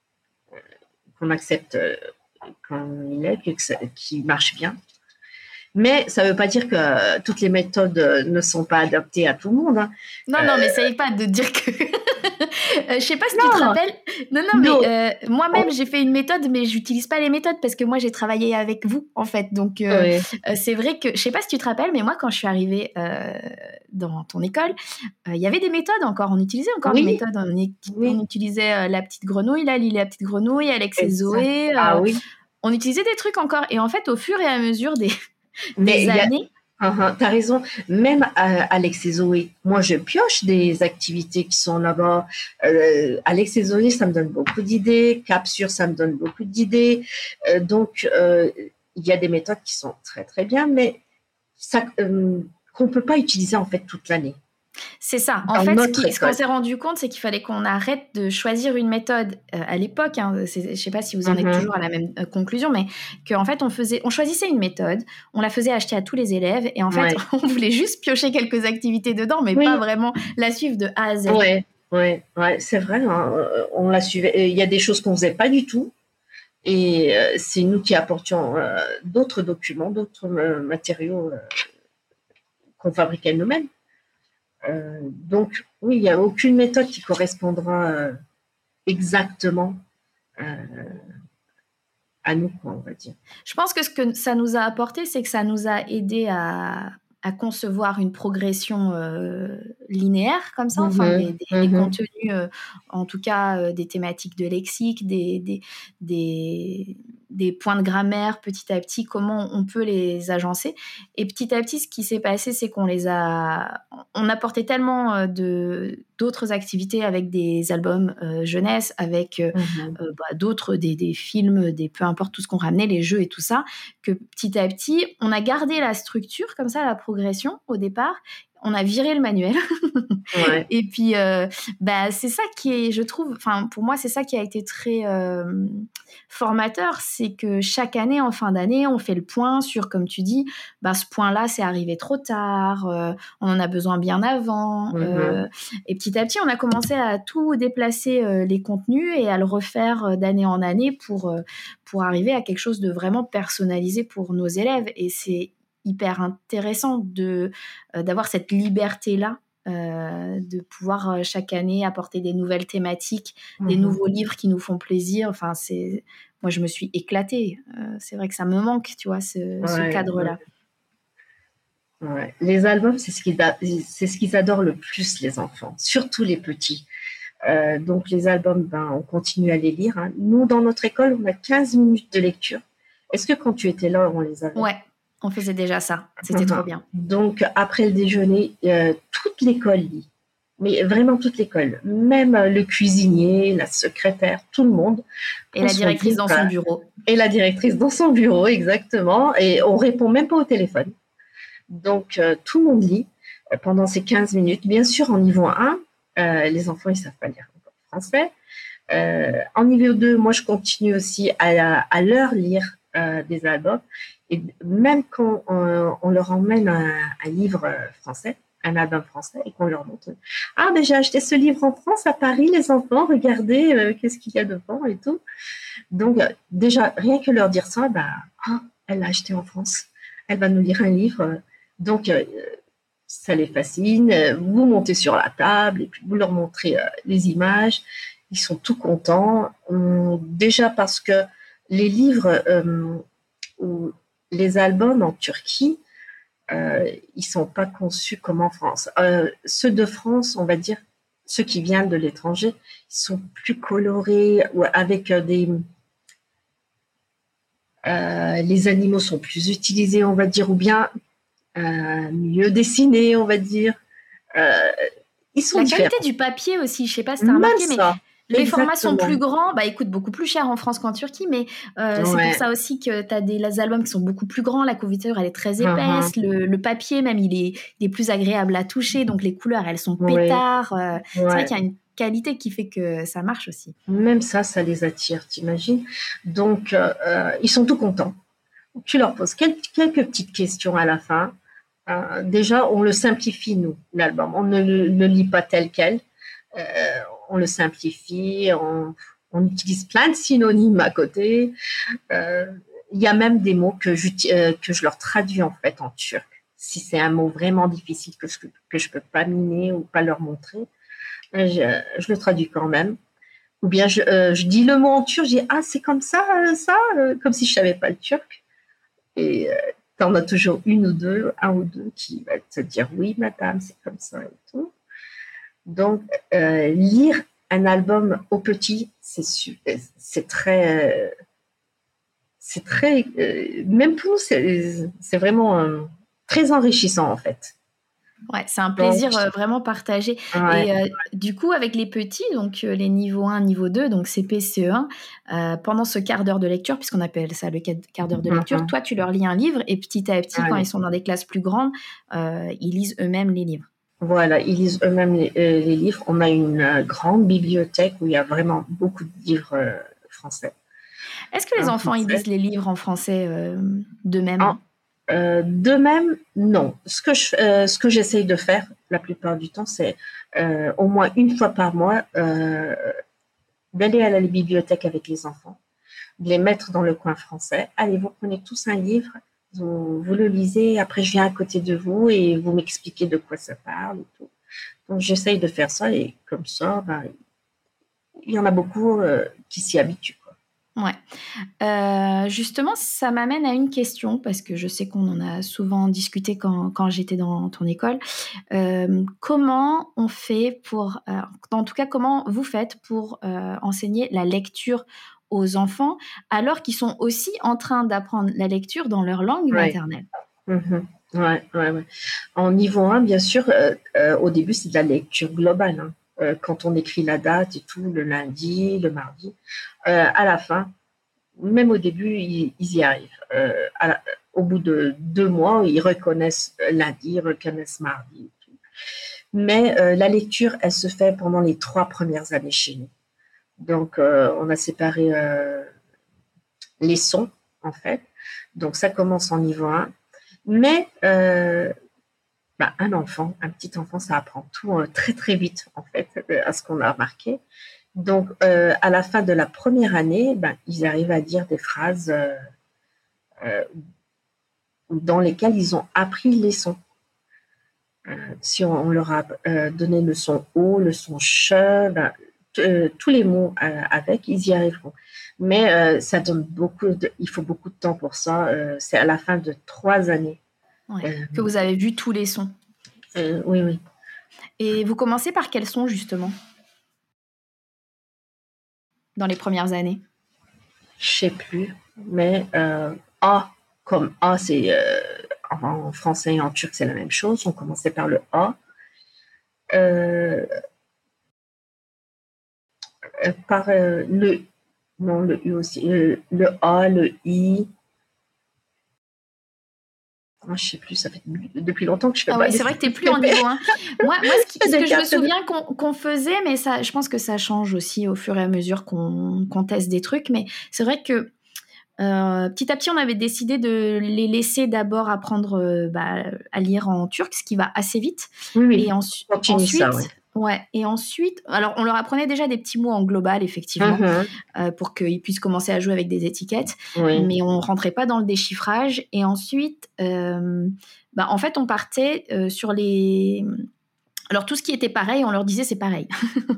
[SPEAKER 2] qu'on accepte comme il est, qui marchent bien. Mais ça ne veut pas dire que toutes les méthodes ne sont pas adaptées à tout le monde. Hein.
[SPEAKER 1] Non, non, euh... mais essaye pas de dire que... euh, je sais pas si non. tu te rappelles. Non, non, non. mais euh, moi-même, oh. j'ai fait une méthode, mais j'utilise pas les méthodes parce que moi, j'ai travaillé avec vous, en fait. Donc, euh, oui. euh, c'est vrai que... Je sais pas si tu te rappelles, mais moi, quand je suis arrivée euh, dans ton école, il euh, y avait des méthodes encore. On utilisait encore oui. des méthodes. On, oui. on utilisait euh, la petite grenouille, là, Lily la petite grenouille, Alex et Zoé.
[SPEAKER 2] Ah oui.
[SPEAKER 1] On utilisait des trucs encore. Et en fait, au fur et à mesure des... des
[SPEAKER 2] Mais
[SPEAKER 1] années.
[SPEAKER 2] A... Uh-huh, t'as raison. Même euh, Alex et Zoé, moi je pioche des activités qui sont là-bas. Euh, Alex et Zoé, ça me donne beaucoup d'idées. Capsure, ça me donne beaucoup d'idées. Euh, donc euh, il y a des méthodes qui sont très très bien, mais ça euh, qu'on peut pas utiliser en fait toute l'année.
[SPEAKER 1] C'est ça. En Dans fait, ce, qui, ce qu'on s'est rendu compte, c'est qu'il fallait qu'on arrête de choisir une méthode euh, à l'époque. Hein, je ne sais pas si vous en êtes mm-hmm. toujours à la même euh, conclusion, mais qu'en fait, on, faisait, on choisissait une méthode, on la faisait acheter à tous les élèves, et en fait, ouais. on voulait juste piocher quelques activités dedans, mais oui. pas vraiment la suivre de A à Z.
[SPEAKER 2] Oui, ouais, ouais, c'est vrai. Hein, on la suivait. Il y a des choses qu'on ne faisait pas du tout. Et euh, c'est nous qui apportions euh, d'autres documents, d'autres euh, matériaux euh, qu'on fabriquait nous-mêmes. Euh, donc, oui, il n'y a aucune méthode qui correspondra euh, exactement euh, à nous, quoi, on va dire.
[SPEAKER 1] Je pense que ce que ça nous a apporté, c'est que ça nous a aidé à, à concevoir une progression euh, linéaire, comme ça, mm-hmm. enfin, des, des, mm-hmm. des contenus, euh, en tout cas, euh, des thématiques de lexique, des, des, des, des points de grammaire, petit à petit, comment on peut les agencer. Et petit à petit, ce qui s'est passé, c'est qu'on les a... On apportait tellement de, d'autres activités avec des albums euh, jeunesse, avec euh, mm-hmm. euh, bah, d'autres, des, des films, des, peu importe tout ce qu'on ramenait, les jeux et tout ça, que petit à petit, on a gardé la structure, comme ça, la progression au départ. On a viré le manuel. Ouais. Et puis, euh, bah, c'est ça qui est, je trouve, enfin, pour moi, c'est ça qui a été très euh, formateur. C'est que chaque année, en fin d'année, on fait le point sur, comme tu dis, bah, ce point-là, c'est arrivé trop tard, euh, on en a besoin bien avant. Mm-hmm. Euh, et petit à petit, on a commencé à tout déplacer euh, les contenus et à le refaire d'année en année pour, euh, pour arriver à quelque chose de vraiment personnalisé pour nos élèves. Et c'est hyper intéressant de, euh, d'avoir cette liberté-là euh, de pouvoir euh, chaque année apporter des nouvelles thématiques, mmh. des nouveaux livres qui nous font plaisir. Enfin, c'est... Moi, je me suis éclatée. Euh, c'est vrai que ça me manque, tu vois, ce, ouais, ce cadre-là.
[SPEAKER 2] Ouais. Ouais. Les albums, c'est ce, qu'ils a... c'est ce qu'ils adorent le plus, les enfants, surtout les petits. Euh, donc, les albums, ben, on continue à les lire. Hein. Nous, dans notre école, on a quinze minutes de lecture. Est-ce que quand tu étais là, on les avait?
[SPEAKER 1] Ouais, on faisait déjà ça. C'était mmh. trop bien.
[SPEAKER 2] Donc, après le déjeuner, euh, toute l'école lit. Mais vraiment toute l'école. Même le cuisinier, la secrétaire, tout le monde.
[SPEAKER 1] Et la directrice livre, dans son bureau.
[SPEAKER 2] Et la directrice dans son bureau, exactement. Et on répond même pas au téléphone. Donc, euh, tout le monde lit euh, pendant ces quinze minutes. Bien sûr, en niveau un, euh, les enfants, ils savent pas lire français. Euh, en niveau deux, moi, je continue aussi à, à leur lire euh, des albums. Et même quand on, on leur emmène un, un livre français, un album français, et qu'on leur montre « Ah, ben j'ai acheté ce livre en France, à Paris, les enfants, regardez, euh, qu'est-ce qu'il y a devant et tout. » Donc, euh, déjà, rien que leur dire ça, ben, ah, elle l'a acheté en France, elle va nous lire un livre. Donc, euh, ça les fascine. Vous montez sur la table et puis vous leur montrez euh, les images. Ils sont tout contents. On, déjà parce que les livres euh, ou les albums en Turquie, euh, ils sont pas conçus comme en France. Euh, ceux de France, on va dire, ceux qui viennent de l'étranger, ils sont plus colorés ou avec des... Euh, les animaux sont plus utilisés, on va dire, ou bien euh, mieux dessinés, on va dire. Euh, ils sont
[SPEAKER 1] La
[SPEAKER 2] différents.
[SPEAKER 1] qualité du papier aussi, je sais pas si tu as remarqué, mais les
[SPEAKER 2] Exactement.
[SPEAKER 1] formats sont plus grands, bah, ils coûtent beaucoup plus cher en France qu'en Turquie, mais euh, ouais. c'est pour ça aussi que tu as des albums qui sont beaucoup plus grands, la couverture elle est très épaisse, uh-huh. le, le papier même il est, il est plus agréable à toucher, donc les couleurs elles sont pétards, ouais. euh, ouais. c'est vrai qu'il y a une qualité qui fait que ça marche aussi.
[SPEAKER 2] Même ça, ça les attire, t'imagines. Donc euh, ils sont tout contents. Tu leur poses quelques, quelques petites questions à la fin. Euh, déjà, on le simplifie, nous, l'album. On ne le, le lit pas tel quel. Euh, on le simplifie, on, on utilise plein de synonymes à côté. Euh, il y a même des mots que je, euh, que je leur traduis en fait en turc. Si c'est un mot vraiment difficile que je que je peux pas miner ou pas leur montrer, je, je le traduis quand même. Ou bien je, euh, je dis le mot en turc, je dis ah c'est comme ça, ça, comme si je savais pas le turc. Et euh, t'en as toujours une ou deux, un ou deux qui va te dire oui madame, c'est comme ça et tout. Donc, euh, lire un album au petit, c'est, c'est très, euh, c'est très, euh, même pour nous, c'est, c'est vraiment euh, très enrichissant en fait.
[SPEAKER 1] Ouais, c'est un plaisir donc, euh, vraiment partagé. Ouais. Et euh, du coup, avec les petits, donc euh, les niveaux un, niveau deux, donc C P, C E un, euh, pendant ce quart d'heure de lecture, puisqu'on appelle ça le quart d'heure de lecture, mm-hmm. toi, tu leur lis un livre et petit à petit, ouais. quand ils sont dans des classes plus grandes, euh, ils lisent eux-mêmes les livres.
[SPEAKER 2] Voilà, ils lisent eux-mêmes les, euh, les livres. On a une euh, grande bibliothèque où il y a vraiment beaucoup de livres euh, français.
[SPEAKER 1] Est-ce que les en enfants, français. Ils lisent les livres en français euh, d'eux-mêmes
[SPEAKER 2] en, euh, D'eux-mêmes, non. Ce que, je, euh, ce que j'essaye de faire la plupart du temps, c'est euh, au moins une fois par mois euh, d'aller à la bibliothèque avec les enfants, de les mettre dans le coin français. Allez, vous prenez tous un livre, Vous, vous le lisez, après je viens à côté de vous et vous m'expliquez de quoi ça parle et tout. Donc j'essaye de faire ça et comme ça, ben, il y en a beaucoup euh, qui s'y habituent. Quoi.
[SPEAKER 1] Ouais. Euh, justement, ça m'amène à une question parce que je sais qu'on en a souvent discuté quand, quand j'étais dans ton école. Euh, comment on fait pour, euh, en tout cas, comment vous faites pour euh, enseigner la lecture aux enfants alors qu'ils sont aussi en train d'apprendre la lecture dans leur langue
[SPEAKER 2] ouais.
[SPEAKER 1] maternelle.
[SPEAKER 2] Mmh. Ouais, ouais, ouais. En niveau un, bien sûr, euh, euh, au début, c'est de la lecture globale. Hein. Euh, quand on écrit la date et tout, le lundi, le mardi, euh, à la fin, même au début, ils, ils y arrivent. Euh, à la, au bout de deux mois, ils reconnaissent lundi, ils reconnaissent mardi. Et tout. Mais euh, la lecture, elle se fait pendant les trois premières années chez nous. Donc, euh, on a séparé euh, les sons, en fait. Donc, ça commence en niveau un. Mais euh, bah, un enfant, un petit enfant, ça apprend tout euh, très, très vite, en fait, à ce qu'on a remarqué. Donc, euh, à la fin de la première année, bah, ils arrivent à dire des phrases euh, euh, dans lesquelles ils ont appris les sons. Euh, si on, on leur a euh, donné le son O, le son che, ben, t- euh, tous les mots euh, avec, ils y arriveront. Mais euh, ça donne beaucoup de, il faut beaucoup de temps pour ça. Euh, c'est à la fin de trois années.
[SPEAKER 1] Ouais.
[SPEAKER 2] Euh,
[SPEAKER 1] Que vous avez vu tous les sons.
[SPEAKER 2] euh, oui, oui.
[SPEAKER 1] Et vous commencez par quels sons, justement, dans les premières années?
[SPEAKER 2] Je sais plus, mais euh, A, comme A, c'est euh, en français et en turc, c'est la même chose. On commençait par le A. Euh, euh, par euh, le, non, le U aussi. Le, le A, le I. Moi, je sais plus, ça fait depuis longtemps que je fais
[SPEAKER 1] Ah
[SPEAKER 2] pas
[SPEAKER 1] oui,
[SPEAKER 2] les
[SPEAKER 1] c'est vrai que tu n'es plus en niveau un. Moi, moi ce, qui, ce que je me souviens qu'on qu'on faisait, mais ça, je pense que ça change aussi au fur et à mesure qu'on qu'on teste des trucs, mais c'est vrai que euh, petit à petit, on avait décidé de les laisser d'abord apprendre euh, bah, à lire en turc, ce qui va assez vite.
[SPEAKER 2] Oui, oui.
[SPEAKER 1] Et en,
[SPEAKER 2] Continue
[SPEAKER 1] ensuite,
[SPEAKER 2] ça, ouais.
[SPEAKER 1] ouais, et ensuite, alors on leur apprenait déjà des petits mots en global, effectivement,
[SPEAKER 2] Mhm.
[SPEAKER 1] euh, pour qu'ils puissent commencer à jouer avec des étiquettes,
[SPEAKER 2] Oui.
[SPEAKER 1] mais on rentrait pas dans le déchiffrage. Et ensuite, euh, bah, en fait, on partait euh, sur les... Alors, tout ce qui était pareil, on leur disait c'est pareil.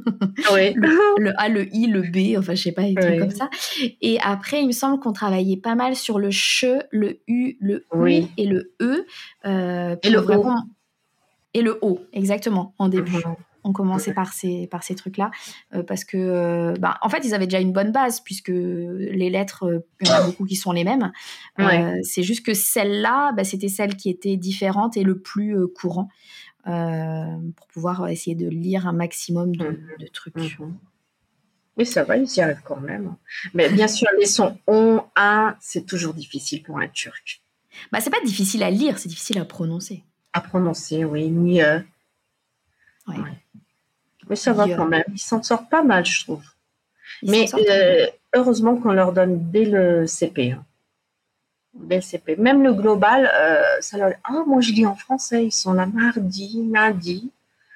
[SPEAKER 2] Oui.
[SPEAKER 1] le, le A, le I, le B, enfin, je sais pas, des trucs
[SPEAKER 2] Oui.
[SPEAKER 1] comme ça. Et après, il me semble qu'on travaillait pas mal sur le che, le U, le OU
[SPEAKER 2] Oui.
[SPEAKER 1] et le E. Euh,
[SPEAKER 2] Et le
[SPEAKER 1] vraiment...
[SPEAKER 2] O.
[SPEAKER 1] Et le O, exactement, en début.
[SPEAKER 2] Mhm.
[SPEAKER 1] On commençait par ces, par ces trucs-là, euh, parce que, euh, bah, en fait, ils avaient déjà une bonne base, puisque les lettres, euh, il y en a beaucoup qui sont les mêmes. Euh,
[SPEAKER 2] Ouais.
[SPEAKER 1] c'est juste que celle-là, bah, c'était celle qui était différente et le plus euh, courant, euh, pour pouvoir essayer de lire un maximum de,
[SPEAKER 2] Mhm.
[SPEAKER 1] de trucs.
[SPEAKER 2] Mhm. Oui, ça va, ils y arrivent quand même. Mais bien sûr, les sons on, un, c'est toujours difficile pour un turc.
[SPEAKER 1] Bah, c'est pas difficile à lire, c'est difficile à prononcer.
[SPEAKER 2] À prononcer, oui, ni euh.
[SPEAKER 1] Ouais.
[SPEAKER 2] Ouais. Mais ça va
[SPEAKER 1] Yeah.
[SPEAKER 2] quand même, ils s'en sortent pas mal, je trouve.
[SPEAKER 1] Ils
[SPEAKER 2] Mais euh, heureusement qu'on leur donne dès le C P. Hein. Dès le C P. Même le global, euh, ça leur... Ah, moi je lis en français, ils sont là mardi, lundi.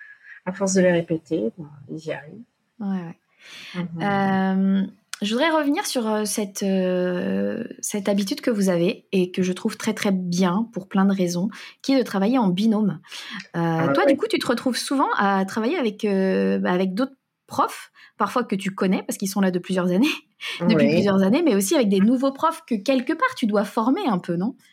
[SPEAKER 2] À force de les répéter, bon, ils y arrivent.
[SPEAKER 1] Ouais, ouais.
[SPEAKER 2] Mm-hmm.
[SPEAKER 1] Euh, je voudrais revenir sur cette, euh, cette habitude que vous avez et que je trouve très très bien pour plein de raisons, qui est de travailler en binôme. Euh,
[SPEAKER 2] Ah,
[SPEAKER 1] toi,
[SPEAKER 2] ouais.
[SPEAKER 1] du coup, tu te retrouves souvent à travailler avec, euh, avec d'autres profs, parfois que tu connais parce qu'ils sont là de plusieurs années, depuis
[SPEAKER 2] Oui.
[SPEAKER 1] plusieurs années, mais aussi avec des nouveaux profs que quelque part tu dois former un peu, non?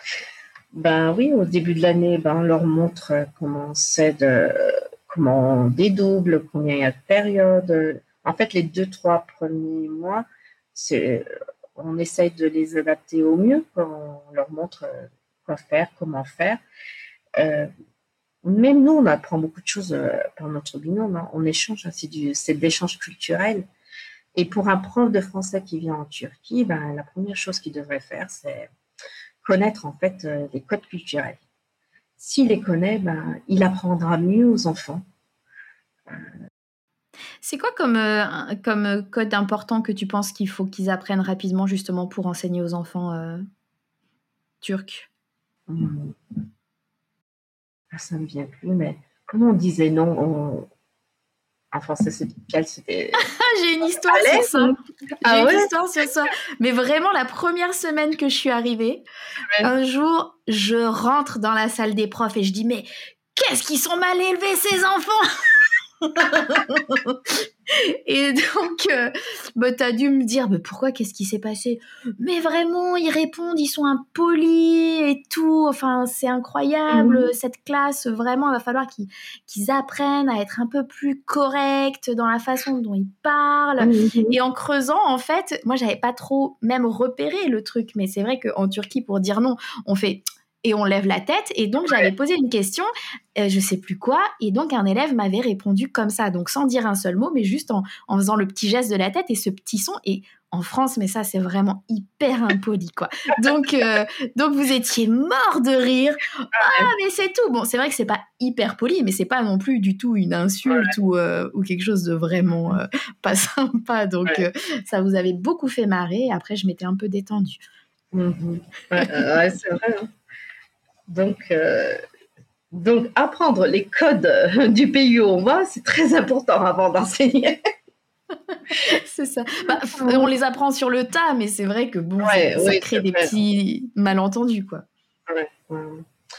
[SPEAKER 2] Ben oui, au début de l'année, ben, on leur montre comment c'est de, comment on dédouble, combien il y a de périodes. En fait, les deux, trois premiers mois, c'est, on essaye de les adapter au mieux. On leur montre quoi faire, comment faire. Euh, même nous, on apprend beaucoup de choses euh, par notre binôme. Hein. On échange, hein, c'est, du, c'est de l'échange culturel. Et pour un prof de français qui vient en Turquie, ben, la première chose qu'il devrait faire, c'est connaître en fait euh, les codes culturels. S'il les connaît, ben, il apprendra mieux aux enfants.
[SPEAKER 1] C'est quoi comme, euh, comme code important que tu penses qu'il faut qu'ils apprennent rapidement justement pour enseigner aux enfants euh, turcs?
[SPEAKER 2] Hum, ça ne me vient plus, mais comment on disait non on... En français, c'était quel c'était
[SPEAKER 1] Ah, j'ai une histoire
[SPEAKER 2] Allez,
[SPEAKER 1] sur ça. J'ai
[SPEAKER 2] ah
[SPEAKER 1] une
[SPEAKER 2] ouais,
[SPEAKER 1] histoire sur ça. Mais vraiment, la première semaine que je suis arrivée,
[SPEAKER 2] ouais.
[SPEAKER 1] un jour, je rentre dans la salle des profs et je dis, mais qu'est-ce qu'ils sont mal élevés, ces enfants? Et donc, euh, bah, t'as dû me dire, mais pourquoi, qu'est-ce qui s'est passé? Mais vraiment, ils répondent, ils sont impolis et tout. Enfin, c'est incroyable,
[SPEAKER 2] Mm-hmm.
[SPEAKER 1] cette classe. Vraiment, il va falloir qu'ils, qu'ils apprennent à être un peu plus corrects dans la façon dont ils parlent.
[SPEAKER 2] Mm-hmm.
[SPEAKER 1] Et en creusant, en fait, moi, j'avais pas trop même repéré le truc. Mais c'est vrai qu'en Turquie, pour dire non, on fait... Et on lève la tête. Et donc, j'avais posé une question, euh, je sais plus quoi. Et donc, un élève m'avait répondu comme ça. Donc, sans dire un seul mot, mais juste en, en faisant le petit geste de la tête et ce petit son. Et en France, mais ça, c'est vraiment hyper impoli, quoi. Donc, euh, donc vous étiez mort de rire. Ah, mais c'est tout. Bon, c'est vrai que c'est pas hyper poli, mais c'est pas non plus du tout une insulte ou, euh, ou quelque chose de vraiment euh, pas sympa. Donc,
[SPEAKER 2] Ouais.
[SPEAKER 1] euh, ça vous avait beaucoup fait marrer. Après, je m'étais un peu détendue.
[SPEAKER 2] Mm-hmm. Ouais, euh, ouais, c'est vrai. Hein. Donc, euh, donc, apprendre les codes du pays où on va, c'est très important avant d'enseigner.
[SPEAKER 1] C'est ça. Bah, on les apprend sur le tas, mais c'est vrai que bon,
[SPEAKER 2] Ouais,
[SPEAKER 1] ça, ça
[SPEAKER 2] oui,
[SPEAKER 1] crée
[SPEAKER 2] c'est
[SPEAKER 1] des
[SPEAKER 2] vrai.
[SPEAKER 1] petits malentendus, quoi.
[SPEAKER 2] Ouais, ouais.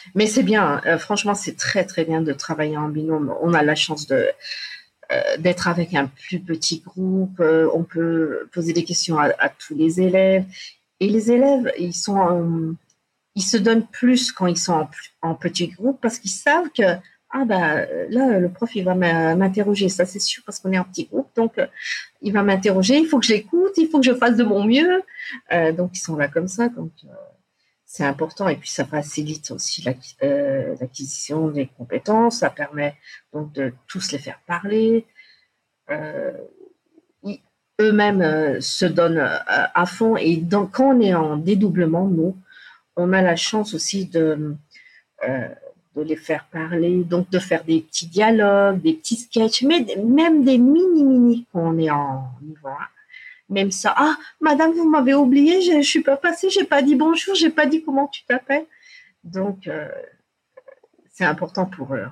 [SPEAKER 2] Mais c'est bien, hein. Franchement, c'est très très bien de travailler en binôme. On a la chance de euh, d'être avec un plus petit groupe. Euh, on peut poser des questions à, à tous les élèves. Et les élèves, ils sont, en- ils se donnent plus quand ils sont en, en petit groupe parce qu'ils savent que ah bah là le prof il va m'interroger, ça c'est sûr parce qu'on est en petit groupe, donc euh, il va m'interroger, il faut que j'écoute, il faut que je fasse de mon mieux. Euh, donc ils sont là comme ça, donc euh, c'est important et puis ça facilite aussi l'acqui- euh, l'acquisition des compétences, ça permet donc de tous les faire parler. Euh, ils- Eux-mêmes euh, se donnent euh, à fond et donc, quand on est en dédoublement, nous, on a la chance aussi de, euh, de les faire parler, donc de faire des petits dialogues, des petits sketchs, mais même des mini-mini quand on est en niveau un. Même ça, ah, madame, vous m'avez oublié, je ne suis pas passée, j'ai pas dit bonjour, j'ai pas dit comment tu t'appelles. Donc, euh, c'est important pour eux.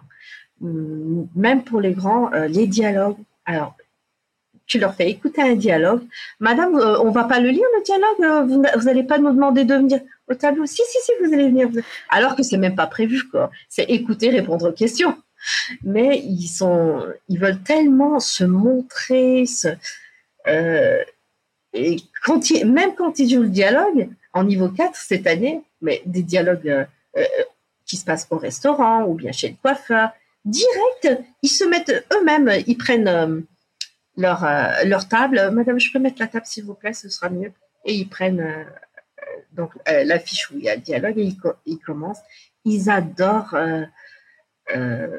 [SPEAKER 2] Même pour les grands, euh, les dialogues. Alors, tu leur fais écouter un dialogue. Madame, euh, on va pas le lire, le dialogue, euh, vous, vous allez pas nous demander de venir au tableau. Si, si, si, vous allez venir. Alors que c'est même pas prévu, quoi. C'est écouter, répondre aux questions. Mais ils sont, ils veulent tellement se montrer, se, euh, et quand ils, même quand ils jouent le dialogue, en niveau quatre cette année, mais des dialogues euh, euh, qui se passent au restaurant ou bien chez le coiffeur, direct, ils se mettent eux-mêmes, ils prennent euh, leur, euh, leur table. Madame, je peux mettre la table s'il vous plaît, ce sera mieux. Et ils prennent euh, donc euh, la fiche où il y a le dialogue et ils, co- ils commencent. Ils adorent, euh, euh,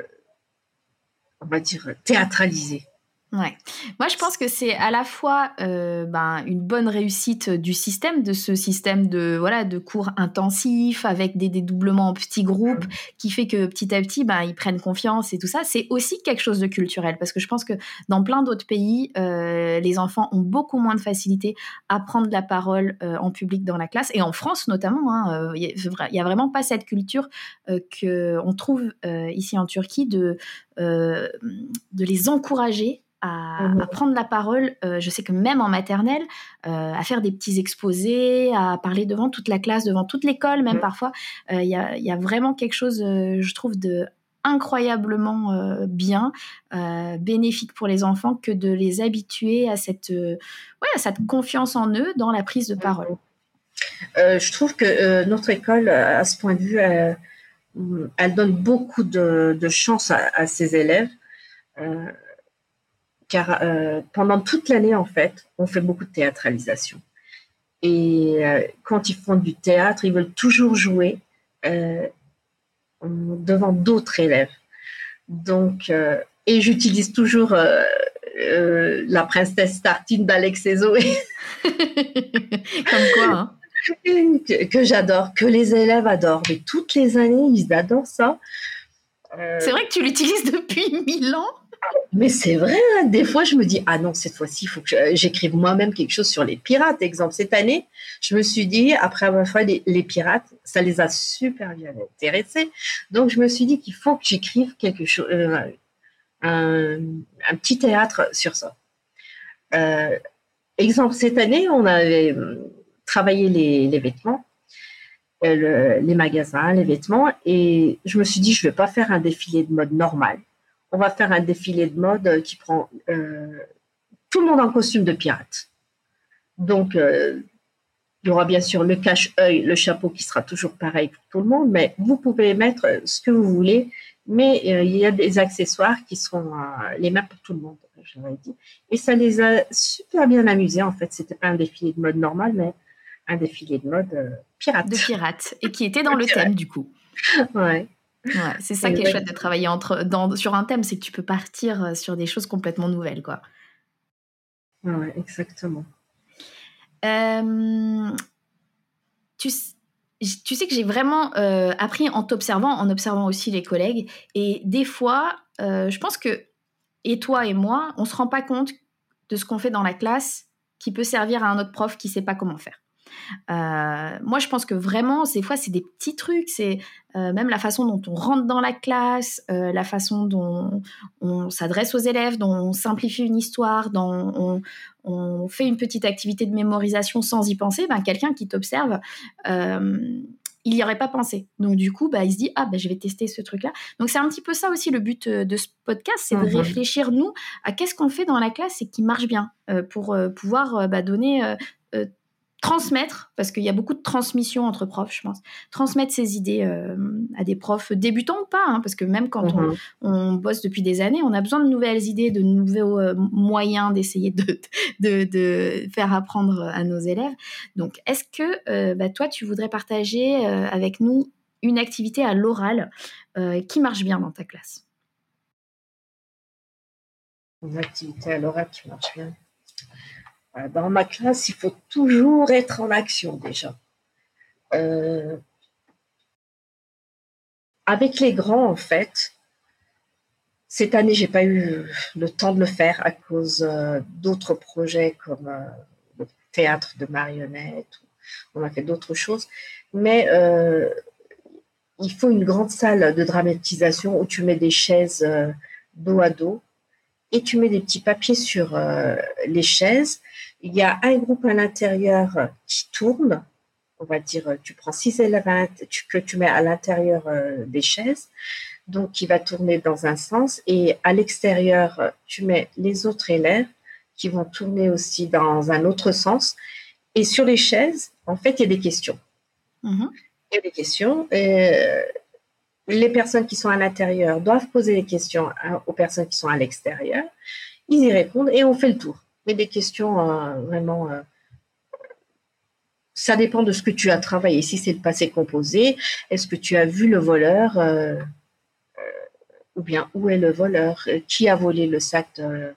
[SPEAKER 2] on va dire, théâtraliser.
[SPEAKER 1] Ouais. Moi, je pense que c'est à la fois euh, ben, une bonne réussite du système, de ce système de, voilà, de cours intensifs avec des dédoublements en petits groupes qui fait que petit à petit, ben, ils prennent confiance et tout ça. C'est aussi quelque chose de culturel parce que je pense que dans plein d'autres pays, euh, les enfants ont beaucoup moins de facilité à prendre la parole euh, en public dans la classe et en France notamment. Hein, il euh, n'y a, a vraiment pas cette culture euh, qu'on trouve euh, ici en Turquie de, euh, de les encourager À, à prendre la parole. Euh, je sais que même en maternelle, euh, à faire des petits exposés, à parler devant toute la classe, devant toute l'école, même parfois, il euh, y, a, y a vraiment quelque chose, euh, je trouve, de incroyablement euh, bien, euh, bénéfique pour les enfants, que de les habituer à cette, euh, ouais, à cette confiance en eux dans la prise de parole.
[SPEAKER 2] Euh, je trouve que euh, notre école, à ce point de vue, elle, elle donne beaucoup de, de chance à, à ses élèves. Euh, car euh, pendant toute l'année, en fait, on fait beaucoup de théâtralisation. Et euh, quand ils font du théâtre, ils veulent toujours jouer euh, devant d'autres élèves. Donc, euh, et j'utilise toujours euh, euh, la princesse Tartine d'Alex et Zoé.
[SPEAKER 1] Comme quoi, hein.
[SPEAKER 2] que, que j'adore, que les élèves adorent. Mais toutes les années, ils adorent ça.
[SPEAKER 1] Euh... C'est vrai que tu l'utilises depuis mille ans.
[SPEAKER 2] Mais c'est vrai, hein, des fois je me dis, ah non, cette fois-ci, il faut que j'écrive moi-même quelque chose sur les pirates. Exemple, cette année, je me suis dit, après avoir fait les, les pirates, ça les a super bien intéressés. Donc je me suis dit qu'il faut que j'écrive quelque chose, euh, un, un petit théâtre sur ça. Euh, exemple, cette année, on avait travaillé les, les vêtements, euh, le, les magasins, les vêtements, et je me suis dit, je ne vais pas faire un défilé de mode normal. On va faire un défilé de mode qui prend euh, tout le monde en costume de pirate. Donc, euh, il y aura bien sûr le cache-œil, le chapeau qui sera toujours pareil pour tout le monde, mais vous pouvez mettre ce que vous voulez, mais euh, il y a des accessoires qui seront euh, les mêmes pour tout le monde, j'aurais dit. Et ça les a super bien amusés, en fait. C'était pas un défilé de mode normal, mais un défilé de mode euh, pirate.
[SPEAKER 1] De pirate, et qui était dans le thème, du coup.
[SPEAKER 2] Ouais.
[SPEAKER 1] Ouais, c'est ça Exactement. Qui est chouette de travailler entre, dans, sur un thème, c'est que tu peux partir sur des choses complètement nouvelles, quoi.
[SPEAKER 2] Ouais, exactement.
[SPEAKER 1] Euh, tu, tu sais que j'ai vraiment euh, appris en t'observant, en observant aussi les collègues, et des fois, euh, je pense que, et toi et moi, on se rend pas compte de ce qu'on fait dans la classe qui peut servir à un autre prof qui sait pas comment faire. Euh, moi, je pense que vraiment, des fois, c'est des petits trucs. C'est euh, même la façon dont on rentre dans la classe, euh, la façon dont on s'adresse aux élèves, dont on simplifie une histoire, dont on, on fait une petite activité de mémorisation sans y penser. Ben, quelqu'un qui t'observe, euh, il n'y aurait pas pensé. Donc, du coup, bah, il se dit, ah, bah, je vais tester ce truc-là. Donc, c'est un petit peu ça aussi le but de ce podcast, c'est de
[SPEAKER 2] Mhm.
[SPEAKER 1] réfléchir, nous, à qu'est-ce qu'on fait dans la classe et qui marche bien euh, pour euh, pouvoir euh, bah, donner, euh, euh, transmettre, parce qu'il y a beaucoup de transmission entre profs, je pense, transmettre ces idées euh, à des profs débutants ou pas, hein, parce que même quand
[SPEAKER 2] Mhm.
[SPEAKER 1] on, on bosse depuis des années, on a besoin de nouvelles idées, de nouveaux euh, moyens d'essayer de, de, de faire apprendre à nos élèves. Donc, est-ce que euh, bah, toi, tu voudrais partager euh, avec nous une activité à l'oral euh, qui marche bien dans ta classe?
[SPEAKER 2] Une activité à l'oral qui marche bien. Dans ma classe, il faut toujours être en action déjà. Euh, avec les grands, en fait, cette année, j'ai pas eu le temps de le faire à cause euh, d'autres projets comme euh, le théâtre de marionnettes. On a fait d'autres choses. Mais euh, il faut une grande salle de dramatisation où tu mets des chaises euh, dos à dos et tu mets des petits papiers sur euh, les chaises. Il y a un groupe à l'intérieur qui tourne. On va dire, tu prends six élèves à tu, que tu mets à l'intérieur euh, des chaises, donc qui va tourner dans un sens, et à l'extérieur, tu mets les autres élèves qui vont tourner aussi dans un autre sens. Et sur les chaises, en fait, il y a des questions.
[SPEAKER 1] Mm-hmm.
[SPEAKER 2] Il y a des questions. Et les personnes qui sont à l'intérieur doivent poser des questions aux personnes qui sont à l'extérieur. Ils y répondent et on fait le tour. Mais des questions euh, vraiment... Euh, ça dépend de ce que tu as travaillé. Si c'est le passé composé, est-ce que tu as vu le voleur euh, euh, ou bien où est le voleur, qui a volé le sac de,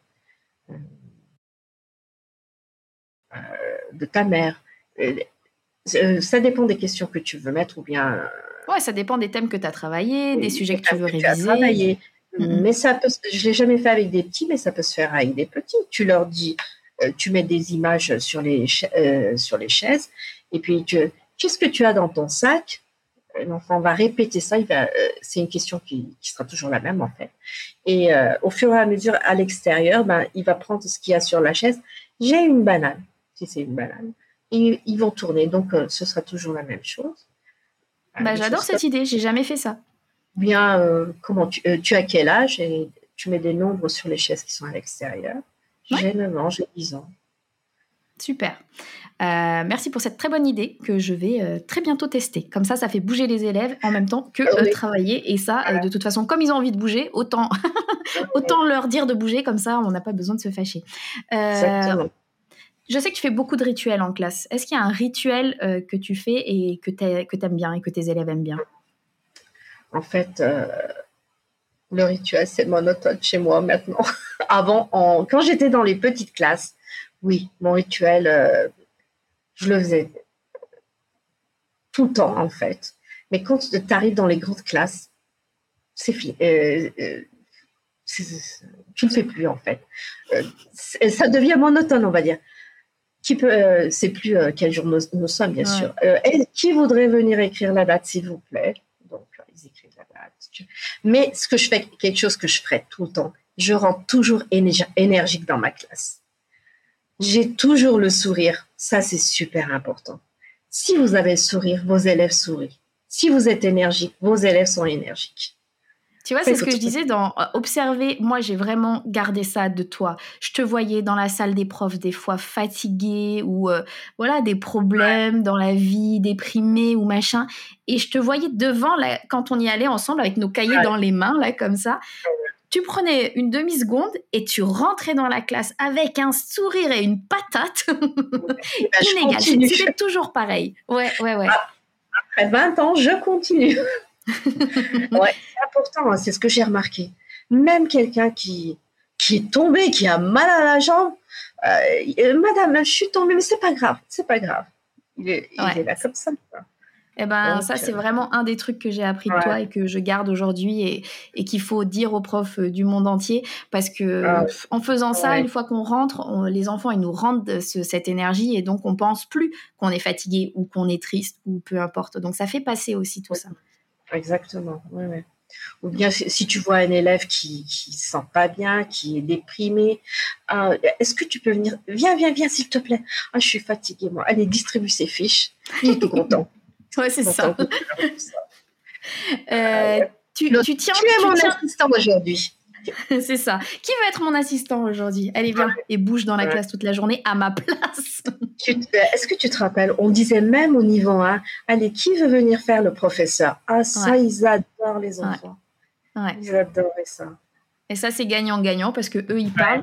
[SPEAKER 2] euh, de ta mère. Euh, ça dépend des questions que tu veux mettre ou bien...
[SPEAKER 1] Ouais, ça dépend des thèmes que tu as travaillés, des sujets que tu veux
[SPEAKER 2] que
[SPEAKER 1] réviser.
[SPEAKER 2] Tu as travaillé.
[SPEAKER 1] Mm-hmm.
[SPEAKER 2] Mais ça peut, je ne l'ai jamais fait avec des petits, mais ça peut se faire avec des petits. Tu leur dis, euh, tu mets des images sur les, euh, sur les chaises, et puis tu, qu'est-ce que tu as dans ton sac? L'enfant va répéter ça, il va, euh, c'est une question qui, qui sera toujours la même en fait. Et euh, au fur et à mesure, à l'extérieur, ben, il va prendre ce qu'il y a sur la chaise. J'ai une banane, si c'est une banane. Et ils vont tourner, donc euh, ce sera toujours la même chose.
[SPEAKER 1] Bah, j'adore cette idée, j'ai jamais fait ça.
[SPEAKER 2] Bien, euh, comment tu, euh, tu as quel âge? Et tu mets des nombres sur les chaises qui sont à l'extérieur.
[SPEAKER 1] Ouais.
[SPEAKER 2] J'ai neuf ans, j'ai dix ans.
[SPEAKER 1] Super. Euh, merci pour cette très bonne idée que je vais euh, très bientôt tester. Comme ça, ça fait bouger les élèves en même temps que
[SPEAKER 2] oui.
[SPEAKER 1] euh, travailler. Et ça, voilà. euh, de toute façon, comme ils ont envie de bouger, autant, autant leur dire de bouger. Comme ça, on n'a pas besoin de se fâcher. Euh,
[SPEAKER 2] Exactement.
[SPEAKER 1] Je sais que tu fais beaucoup de rituels en classe. Est-ce qu'il y a un rituel euh, que tu fais et que tu aimes bien et que tes élèves aiment bien?
[SPEAKER 2] En fait, euh, le rituel, c'est monotone chez moi maintenant. Avant, en, quand j'étais dans les petites classes, oui, mon rituel, euh, je le faisais tout le temps, en fait. Mais quand tu arrives dans les grandes classes, c'est fini. Euh, euh, c'est, c'est, tu ne le fais plus, en fait. Euh, ça devient monotone, on va dire. Qui peut, euh, c'est plus euh, quel jour nous, nous sommes, bien ouais. sûr. Euh, et, qui voudrait venir écrire la date, s'il vous plaît? Donc, ils écrivent la date. Mais ce que je fais, quelque chose que je ferai tout le temps, je rentre toujours énergique dans ma classe. J'ai toujours le sourire. Ça, c'est super important. Si vous avez le sourire, vos élèves sourient. Si vous êtes énergique, vos élèves sont énergiques.
[SPEAKER 1] Tu vois, c'est ce que je disais dans euh, observer. Moi, j'ai vraiment gardé ça de toi. Je te voyais dans la salle des profs des fois fatiguée ou euh, voilà des problèmes dans la vie, déprimée ou machin. Et je te voyais devant là, quand on y allait ensemble avec nos cahiers ouais. dans les mains là comme ça. Tu prenais une demi-seconde et tu rentrais dans la classe avec un sourire et une patate inégale. C'était toujours pareil. Ouais, ouais, ouais.
[SPEAKER 2] Après vingt ans, je continue. Ouais, c'est important, c'est ce que j'ai remarqué. Même quelqu'un qui, qui est tombé, qui a mal à la jambe, euh, madame, je suis tombée, mais c'est pas grave, c'est pas grave. Il est, ouais. il est là comme ça. Quoi.
[SPEAKER 1] Eh ben, donc, ça, c'est vraiment un des trucs que j'ai appris ouais. de toi et que je garde aujourd'hui et, et qu'il faut dire aux profs du monde entier parce que ah, en faisant ça, ouais. une fois qu'on rentre, on, les enfants, ils nous rendent ce, cette énergie et donc on pense plus qu'on est fatigué ou qu'on est triste ou peu importe. Donc, ça fait passer aussi tout ouais. ça.
[SPEAKER 2] Exactement, oui, oui. Ou bien si tu vois un élève qui ne se sent pas bien, qui est déprimé, euh, est-ce que tu peux venir? Viens, viens, viens, s'il te plaît. Ah, je suis fatiguée, moi. Allez, distribue ses fiches. Il est tout content.
[SPEAKER 1] Ouais, c'est ça.
[SPEAKER 2] Tout ça.
[SPEAKER 1] Euh, euh, ouais. tu,
[SPEAKER 2] Le,
[SPEAKER 1] tu tiens.
[SPEAKER 2] Tu es
[SPEAKER 1] tu
[SPEAKER 2] mon
[SPEAKER 1] tiens...
[SPEAKER 2] assistant aujourd'hui.
[SPEAKER 1] C'est ça. Qui veut être mon assistant aujourd'hui? Allez, viens, et bouge dans la ouais. classe toute la journée à ma place.
[SPEAKER 2] Tu, est-ce que tu te rappelles, on disait même au niveau un, allez, qui veut venir faire le professeur? Ah, ça, ouais. Ils adorent les enfants.
[SPEAKER 1] Ouais. Ouais.
[SPEAKER 2] Ils adoraient ça.
[SPEAKER 1] Et ça, c'est gagnant-gagnant parce que eux, ils parlent.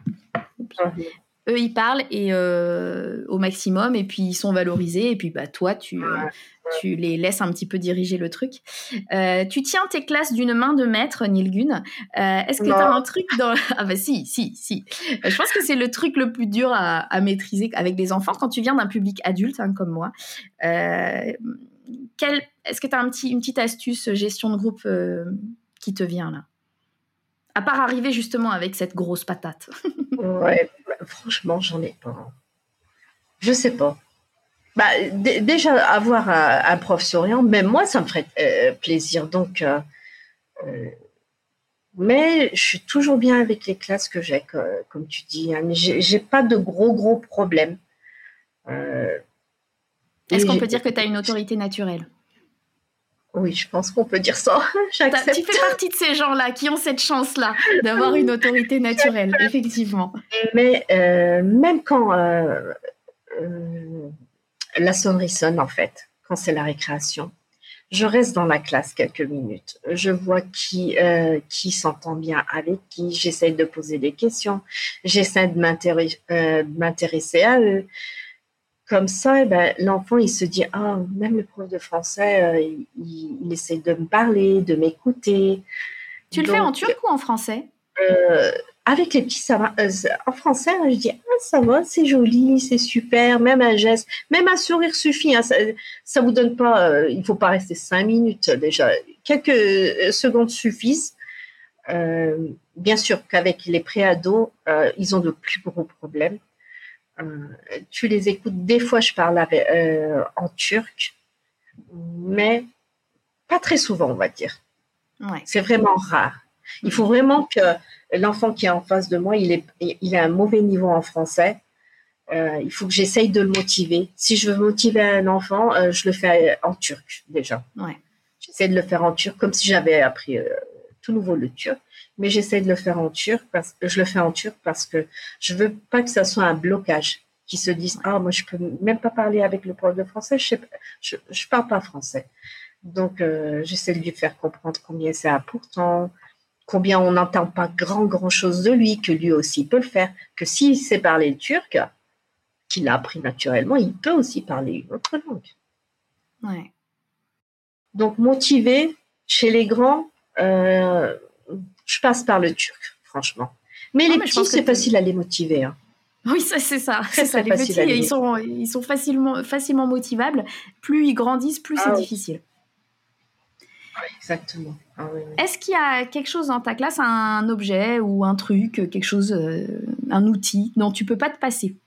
[SPEAKER 1] Ouais. Eux, ils parlent et euh, au maximum, et puis ils sont valorisés. Et puis, bah, toi, tu, euh, tu les laisses un petit peu diriger le truc. Euh, tu tiens tes classes d'une main de maître, Nilgun. Euh, est-ce que tu as un truc dans... Ah bah si, si, si. Euh, je pense que c'est le truc le plus dur à, à maîtriser avec des enfants quand tu viens d'un public adulte, hein, comme moi. Euh, quel... Est-ce que tu as un petit, une petite astuce gestion de groupe euh, qui te vient là? À part arriver justement avec cette grosse patate.
[SPEAKER 2] Ouais, franchement, j'en ai pas. Je sais pas. Bah, d- déjà, avoir un, un prof souriant, même moi, ça me ferait euh, plaisir. Donc, euh, euh, mais je suis toujours bien avec les classes que j'ai, comme, comme tu dis. Hein, j'ai, j'ai pas de gros, gros problèmes. Euh,
[SPEAKER 1] Est-ce qu'on peut dire que tu as une autorité naturelle?
[SPEAKER 2] Oui, je pense qu'on peut dire ça. J'accepte.
[SPEAKER 1] Tu fais partie de ces gens-là qui ont cette chance-là d'avoir une autorité naturelle, effectivement.
[SPEAKER 2] Mais euh, même quand euh, euh, la sonnerie sonne, en fait, quand c'est la récréation, je reste dans la classe quelques minutes. Je vois qui, euh, qui s'entend bien avec qui. J'essaie de poser des questions. J'essaie de m'intéresser, euh, de m'intéresser à eux. Comme ça, eh ben, l'enfant, il se dit, ah, même le prof de français, euh, il, il essaie de me parler, de m'écouter.
[SPEAKER 1] Tu Donc, le fais en turc ou en français?
[SPEAKER 2] euh, Avec les petits, ça va. Euh, en français, je dis, ah, ça va, c'est joli, c'est super, même un geste, même un sourire suffit. Hein, ça, ça vous donne pas, euh, il faut pas rester cinq minutes déjà. Quelques secondes suffisent. Euh, bien sûr qu'avec les préados, euh, ils ont de plus gros problèmes. Euh, tu les écoutes, des fois je parle avec, euh, en turc, mais pas très souvent, on va dire.
[SPEAKER 1] Ouais.
[SPEAKER 2] C'est vraiment rare. Il faut vraiment que l'enfant qui est en face de moi, il, est, il a un mauvais niveau en français. Euh, il faut que j'essaye de le motiver. Si je veux motiver un enfant, euh, je le fais en turc déjà.
[SPEAKER 1] Ouais.
[SPEAKER 2] J'essaie de le faire en turc comme si j'avais appris euh, tout nouveau le turc. Mais j'essaie de le faire en turc parce que je le fais en turc parce que je veux pas que ça soit un blocage, qu'ils se disent ah moi je peux même pas parler avec le prof de français, je sais pas, je, je parle pas français. Donc euh, j'essaie de lui faire comprendre combien c'est important, combien on n'entend pas grand grand chose de lui, que lui aussi peut le faire, que s'il sait parler le turc, qu'il a appris naturellement, il peut aussi parler une autre langue.
[SPEAKER 1] Ouais.
[SPEAKER 2] Donc motiver chez les grands. Euh, Je passe par le turc, franchement. Mais non, les mais petits, c'est facile à les motiver. Hein.
[SPEAKER 1] Oui, ça, c'est ça. Très, c'est ça. Les petits, ils sont, ils sont facilement, facilement motivables. Plus ils grandissent, plus ah, c'est oui. difficile.
[SPEAKER 2] Oui, exactement. Ah, oui, oui.
[SPEAKER 1] Est-ce qu'il y a quelque chose dans ta classe, un objet ou un truc, quelque chose, euh, un outil dont tu ne peux pas te passer?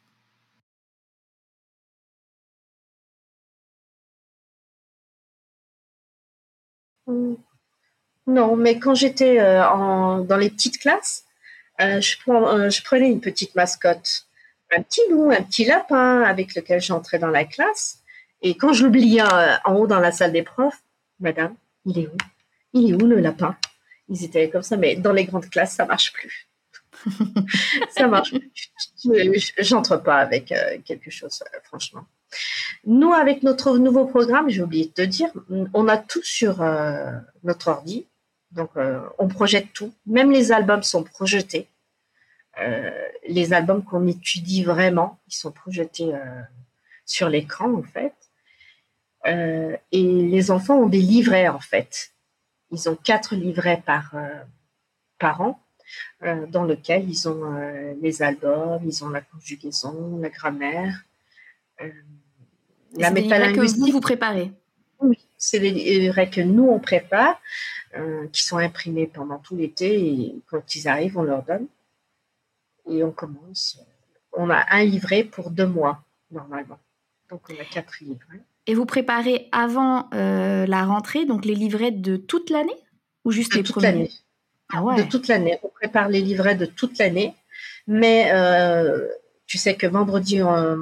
[SPEAKER 2] Hum. Non, mais quand j'étais euh, en, dans les petites classes, euh, je, prends, euh, je prenais une petite mascotte, un petit loup, un petit lapin avec lequel j'entrais dans la classe. Et quand je l'oubliais euh, en haut dans la salle des profs, madame, il est où? Il est où le lapin? Ils étaient comme ça, mais dans les grandes classes, ça marche plus. Ça marche plus. J'entre pas avec euh, quelque chose, euh, franchement. Nous, avec notre nouveau programme, j'ai oublié de te dire, on a tout sur euh, notre ordi. Donc, euh, on projette tout. Même les albums sont projetés. Euh, les albums qu'on étudie vraiment, ils sont projetés euh, sur l'écran, en fait. Euh, et les enfants ont des livrets, en fait. Ils ont quatre livrets par, euh, par an, euh, dans lesquels ils ont euh, les albums, ils ont la conjugaison, la grammaire, euh,
[SPEAKER 1] la métalinguistique. Que vous, vous préparez.
[SPEAKER 2] Oui, c'est des livrets que nous, on prépare. Euh, qui sont imprimés pendant tout l'été et quand ils arrivent, on leur donne. Et on commence. On a un livret pour deux mois, normalement. Donc, on a quatre livrets.
[SPEAKER 1] Et vous préparez avant euh, la rentrée, donc les livrets de toute l'année ou juste
[SPEAKER 2] de
[SPEAKER 1] les
[SPEAKER 2] toute
[SPEAKER 1] premiers?
[SPEAKER 2] l'année.
[SPEAKER 1] Ah ouais.
[SPEAKER 2] De toute l'année. On prépare les livrets de toute l'année. Mais euh, tu sais que vendredi, on,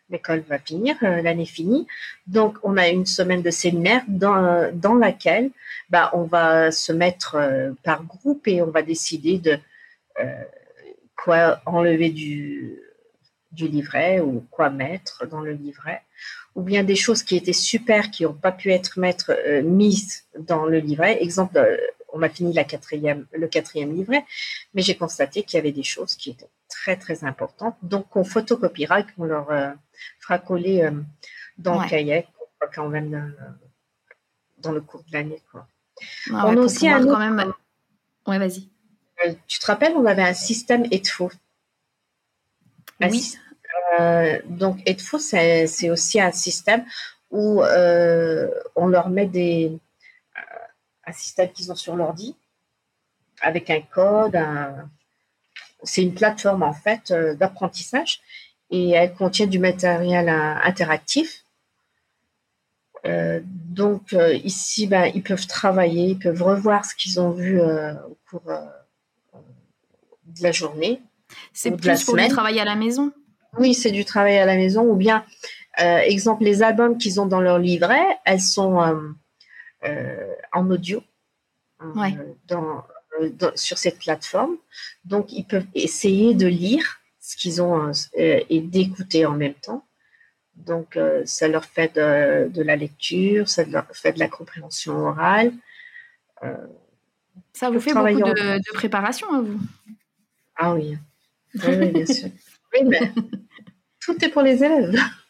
[SPEAKER 2] l'école va finir, euh, l'année finie. Donc, on a une semaine de séminaire dans, dans laquelle bah, on va se mettre euh, par groupe et on va décider de euh, quoi enlever du, du livret ou quoi mettre dans le livret. Ou bien des choses qui étaient super, qui n'ont pas pu être mettre, euh, mises dans le livret. Exemple, euh, on a fini la quatrième, le quatrième livret, mais j'ai constaté qu'il y avait des choses qui étaient très, très importantes. Donc, on photocopiera et qu'on leur euh, fera coller euh, dans ouais. le cahier quand même euh, dans le cours de l'année. Quoi.
[SPEAKER 1] Ah ouais, on a aussi un autre, quand même... Ouais, vas-y.
[SPEAKER 2] Euh, tu te rappelles, on avait un système Edfo.
[SPEAKER 1] Oui.
[SPEAKER 2] Système, euh, donc, Edfo, c'est, c'est aussi un système où euh, on leur met des, un système qu'ils ont sur l'ordi avec un code, un... c'est une plateforme en fait euh, d'apprentissage et elle contient du matériel euh, interactif. Euh, donc euh, ici, ben, ils peuvent travailler, ils peuvent revoir ce qu'ils ont vu euh, au cours euh, de la journée.
[SPEAKER 1] C'est ou plus de la pour semaine. Du travail à la maison.
[SPEAKER 2] Oui, c'est du travail à la maison. Ou bien, euh, exemple, les albums qu'ils ont dans leur livret, elles sont euh, euh, en audio
[SPEAKER 1] ouais.
[SPEAKER 2] euh, dans Dans, sur cette plateforme. Donc, ils peuvent essayer de lire ce qu'ils ont euh, et d'écouter en même temps. Donc, euh, ça leur fait de, de la lecture, ça leur fait de la compréhension orale.
[SPEAKER 1] Euh, ça vous fait beaucoup de, de préparation à vous?
[SPEAKER 2] Ah oui, oui, oui bien sûr. Oui, mais tout est pour les élèves.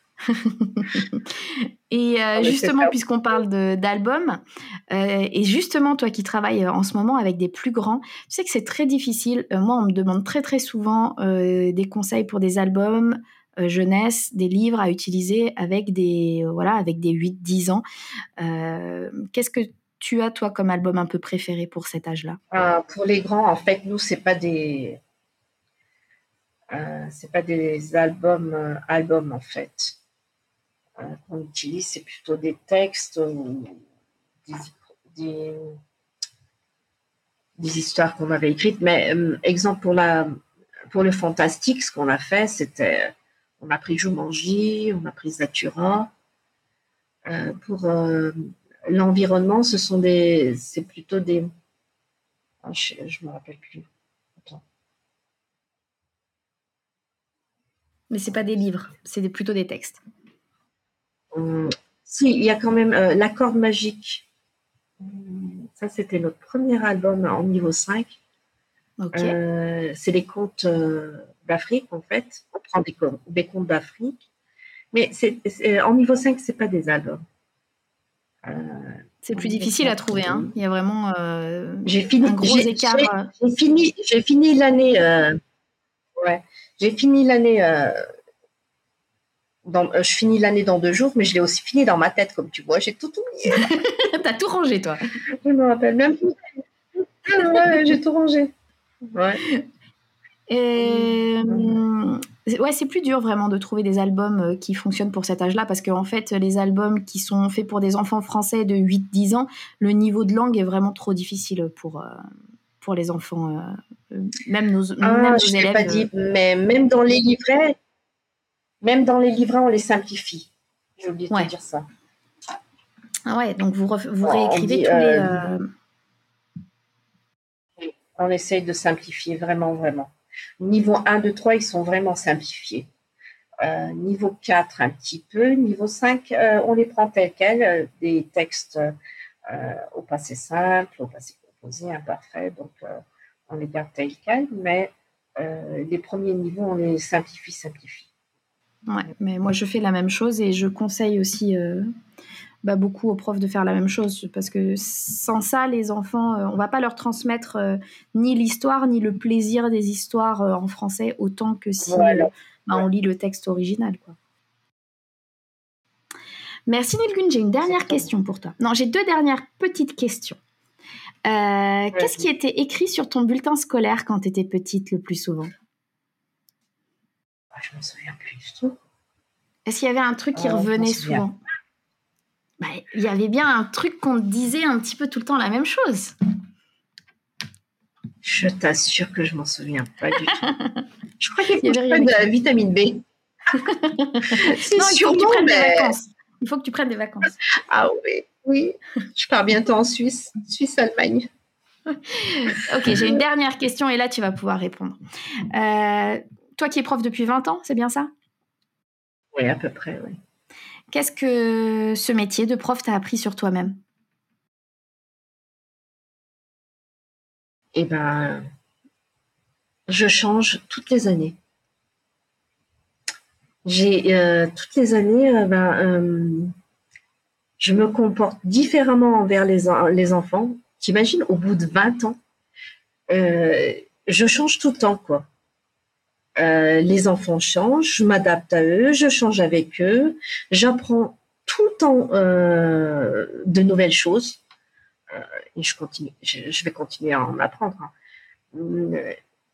[SPEAKER 1] Et euh, justement, puisqu'on parle de, d'albums, euh, et justement, toi qui travailles en ce moment avec des plus grands, tu sais que c'est très difficile. Euh, moi, on me demande très, très souvent euh, des conseils pour des albums euh, jeunesse, des livres à utiliser avec des, euh, voilà, avec des huit dix ans. Euh, qu'est-ce que tu as, toi, comme album un peu préféré pour cet âge-là?
[SPEAKER 2] euh, Pour les grands, en fait, nous, c'est pas des... Euh, c'est pas des albums, euh, albums, en fait. Euh, qu'on utilise, c'est plutôt des textes ou des, des, des histoires qu'on avait écrites. Mais euh, exemple pour la pour le fantastique, ce qu'on a fait, c'était on a pris Jumanji, on a pris Zathura. Euh, pour euh, l'environnement, ce sont des c'est plutôt des oh, je, je me rappelle plus. Attends.
[SPEAKER 1] Mais c'est pas des livres, c'est des, plutôt des textes.
[SPEAKER 2] Hum, si, il y a quand même euh, La Corde Magique. Ça, c'était notre premier album en niveau cinq.
[SPEAKER 1] Okay.
[SPEAKER 2] Euh, c'est des contes euh, d'Afrique, en fait. On prend des, des contes d'Afrique. Mais c'est, c'est, en niveau cinq, ce n'est pas des albums.
[SPEAKER 1] Euh, c'est plus difficile à trouver. Hein. Il y a vraiment euh,
[SPEAKER 2] j'ai fini,
[SPEAKER 1] un gros
[SPEAKER 2] j'ai,
[SPEAKER 1] écart.
[SPEAKER 2] J'ai, j'ai, fini, j'ai fini l'année... Euh, ouais, j'ai fini l'année... Euh, Dans, euh, je finis l'année dans deux jours, mais je l'ai aussi fini dans ma tête, comme tu vois. J'ai tout oublié.
[SPEAKER 1] T'as tout rangé, toi.
[SPEAKER 2] Je me rappelle même plus. Ouais, j'ai tout rangé. Ouais.
[SPEAKER 1] Et, mmh. Ouais, c'est plus dur vraiment de trouver des albums qui fonctionnent pour cet âge-là, parce qu'en fait, les albums qui sont faits pour des enfants français de huit dix ans, le niveau de langue est vraiment trop difficile pour, euh, pour les enfants. Euh, même nos,
[SPEAKER 2] ah,
[SPEAKER 1] même nos
[SPEAKER 2] je
[SPEAKER 1] élèves.
[SPEAKER 2] Pas dit, mais même dans les livrets, même dans les livrets, on les simplifie. J'ai oublié de
[SPEAKER 1] ouais.
[SPEAKER 2] te dire ça.
[SPEAKER 1] Ah ouais, donc vous, ref- vous réécrivez dit, tous euh, les... Euh...
[SPEAKER 2] On essaye de simplifier, vraiment, vraiment. Niveau un, deux, trois, ils sont vraiment simplifiés. Euh, niveau quatre, un petit peu. Niveau cinq, euh, on les prend tels quels, euh, des textes euh, au passé simple, au passé composé, imparfait. Donc, euh, on les garde tels quels, mais euh, les premiers niveaux, on les simplifie, simplifie.
[SPEAKER 1] Ouais, mais moi, je fais la même chose et je conseille aussi... Euh... Bah, beaucoup aux profs de faire la même chose, parce que sans ça, les enfants, euh, on va pas leur transmettre euh, ni l'histoire ni le plaisir des histoires euh, en français autant que si voilà. euh, bah, on lit le texte original, quoi. Merci Nilgün, j'ai une dernière question pour toi. Non, j'ai deux dernières petites questions. Euh, ouais, qu'est-ce qui était écrit sur ton bulletin scolaire quand tu étais petite le plus souvent?
[SPEAKER 2] ah, Je me souviens plus du tout.
[SPEAKER 1] Est-ce qu'il y avait un truc qui euh, revenait souvent? Bah, il y avait bien un truc qu'on te disait un petit peu tout le temps la même chose.
[SPEAKER 2] Je t'assure que je m'en souviens pas du tout. Je crois qu'il y avait de la vitamine B. C'est
[SPEAKER 1] Non, il faut que tu
[SPEAKER 2] sûrement,
[SPEAKER 1] prennes des
[SPEAKER 2] mais...
[SPEAKER 1] vacances. Il faut que tu prennes des vacances.
[SPEAKER 2] Ah oui, oui. Je pars bientôt en Suisse, Suisse-Allemagne.
[SPEAKER 1] Ok, j'ai une dernière question et là, tu vas pouvoir répondre. Euh, toi qui es prof depuis vingt ans, c'est bien ça?
[SPEAKER 2] Oui, à peu près, oui.
[SPEAKER 1] Qu'est-ce que ce métier de prof t'a appris sur toi-même?
[SPEAKER 2] Eh ben, je change toutes les années. J'ai euh, toutes les années, euh, ben, euh, je me comporte différemment envers les, en- les enfants. T'imagines, au bout de vingt ans, euh, je change tout le temps, quoi. Euh, les enfants changent, je m'adapte à eux, je change avec eux, j'apprends tout le temps euh, de nouvelles choses euh, et je continue, je, je vais continuer à en apprendre. Hein. Euh,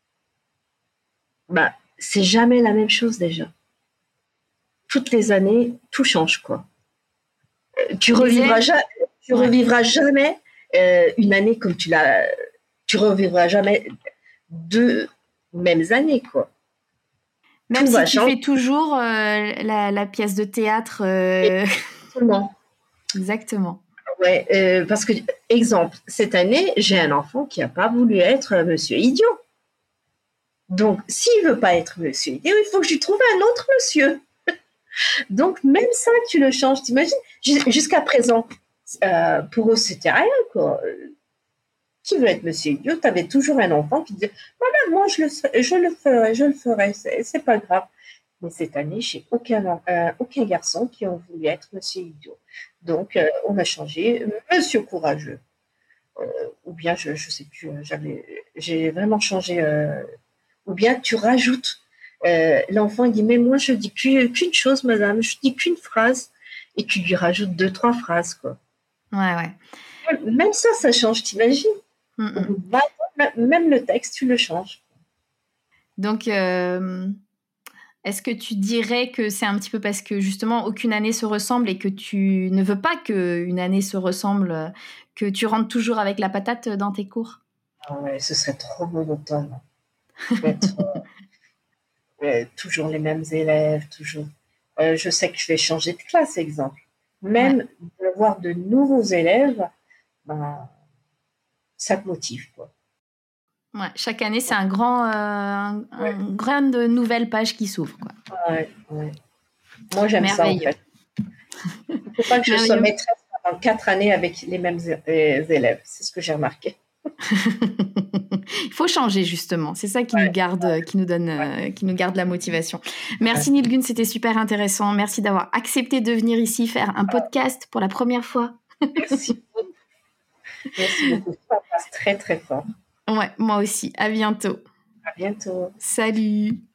[SPEAKER 2] bah, c'est jamais la même chose déjà. Toutes les années, tout change, quoi. Euh, Tu
[SPEAKER 1] Tu
[SPEAKER 2] revivras,
[SPEAKER 1] disais,
[SPEAKER 2] ja- tu
[SPEAKER 1] ouais.
[SPEAKER 2] revivras jamais euh, une année comme tu l'as. Tu revivras jamais deux mêmes années, quoi.
[SPEAKER 1] Même
[SPEAKER 2] Tout
[SPEAKER 1] si
[SPEAKER 2] va
[SPEAKER 1] tu
[SPEAKER 2] changer.
[SPEAKER 1] fais toujours euh, la, la pièce de théâtre, euh,
[SPEAKER 2] Exactement.
[SPEAKER 1] exactement.
[SPEAKER 2] Ouais, euh, parce que, exemple, cette année, j'ai un enfant qui n'a pas voulu être euh, monsieur idiot. Donc, s'il veut pas être monsieur idiot, il faut que je lui trouve un autre monsieur. Donc, même ça, tu le changes, t'imagines? Jus- Jusqu'à présent, euh, pour eux, c'était rien, quoi. Qui veut être monsieur idiot? Tu avais toujours un enfant qui disait, voilà, moi, je le, ferai- je le ferai, je le ferai, c'est c'est pas grave. Mais cette année, j'ai aucun, en- euh, aucun garçon qui a voulu être monsieur idiot. Donc, euh, on a changé monsieur courageux. Euh, ou bien, je ne sais plus, euh, j'avais, j'ai vraiment changé. Euh, ou bien, tu rajoutes. Euh, l'enfant, il dit, mais moi, je dis qu'une qu'une chose, madame, je dis qu'une phrase. Et tu lui rajoutes deux, trois phrases, quoi.
[SPEAKER 1] Ouais, ouais.
[SPEAKER 2] Même ça, ça change, t'imagines?
[SPEAKER 1] Mm,
[SPEAKER 2] Au
[SPEAKER 1] mm.
[SPEAKER 2] bout de vingt ans, même le texte, tu le changes.
[SPEAKER 1] Donc, euh, est-ce que tu dirais que c'est un petit peu parce que justement aucune année se ressemble et que tu ne veux pas qu'une année se ressemble, que tu rentres toujours avec la patate dans tes cours?
[SPEAKER 2] Ah ouais, ce serait trop monotone. Être euh, toujours les mêmes élèves, toujours. Euh, je sais que je vais changer de classe, exemple.
[SPEAKER 1] Ouais.
[SPEAKER 2] Même de voir de nouveaux élèves, ben, ça te motive, quoi.
[SPEAKER 1] Ouais, chaque année, c'est un grand, euh, un,
[SPEAKER 2] Ouais,
[SPEAKER 1] un grande nouvelle page qui s'ouvre, quoi.
[SPEAKER 2] ouais, ouais. Moi, j'aime ça, en
[SPEAKER 1] Merveilleux.
[SPEAKER 2] fait. Il ne faut pas que je sois
[SPEAKER 1] Merveilleux.
[SPEAKER 2] maîtresse pendant quatre années avec les mêmes é- élèves. C'est ce que j'ai remarqué.
[SPEAKER 1] Il faut changer, justement. C'est ça qui nous
[SPEAKER 2] Ouais,
[SPEAKER 1] garde, qui nous donne, euh, qui nous garde la motivation.
[SPEAKER 2] ouais.
[SPEAKER 1] Merci Nilgun, c'était super intéressant. Merci d'avoir accepté de venir ici faire un podcast pour la première fois.
[SPEAKER 2] Merci beaucoup. Merci beaucoup. Ça passe très, très fort.
[SPEAKER 1] Ouais, moi aussi. À bientôt.
[SPEAKER 2] À bientôt.
[SPEAKER 1] Salut.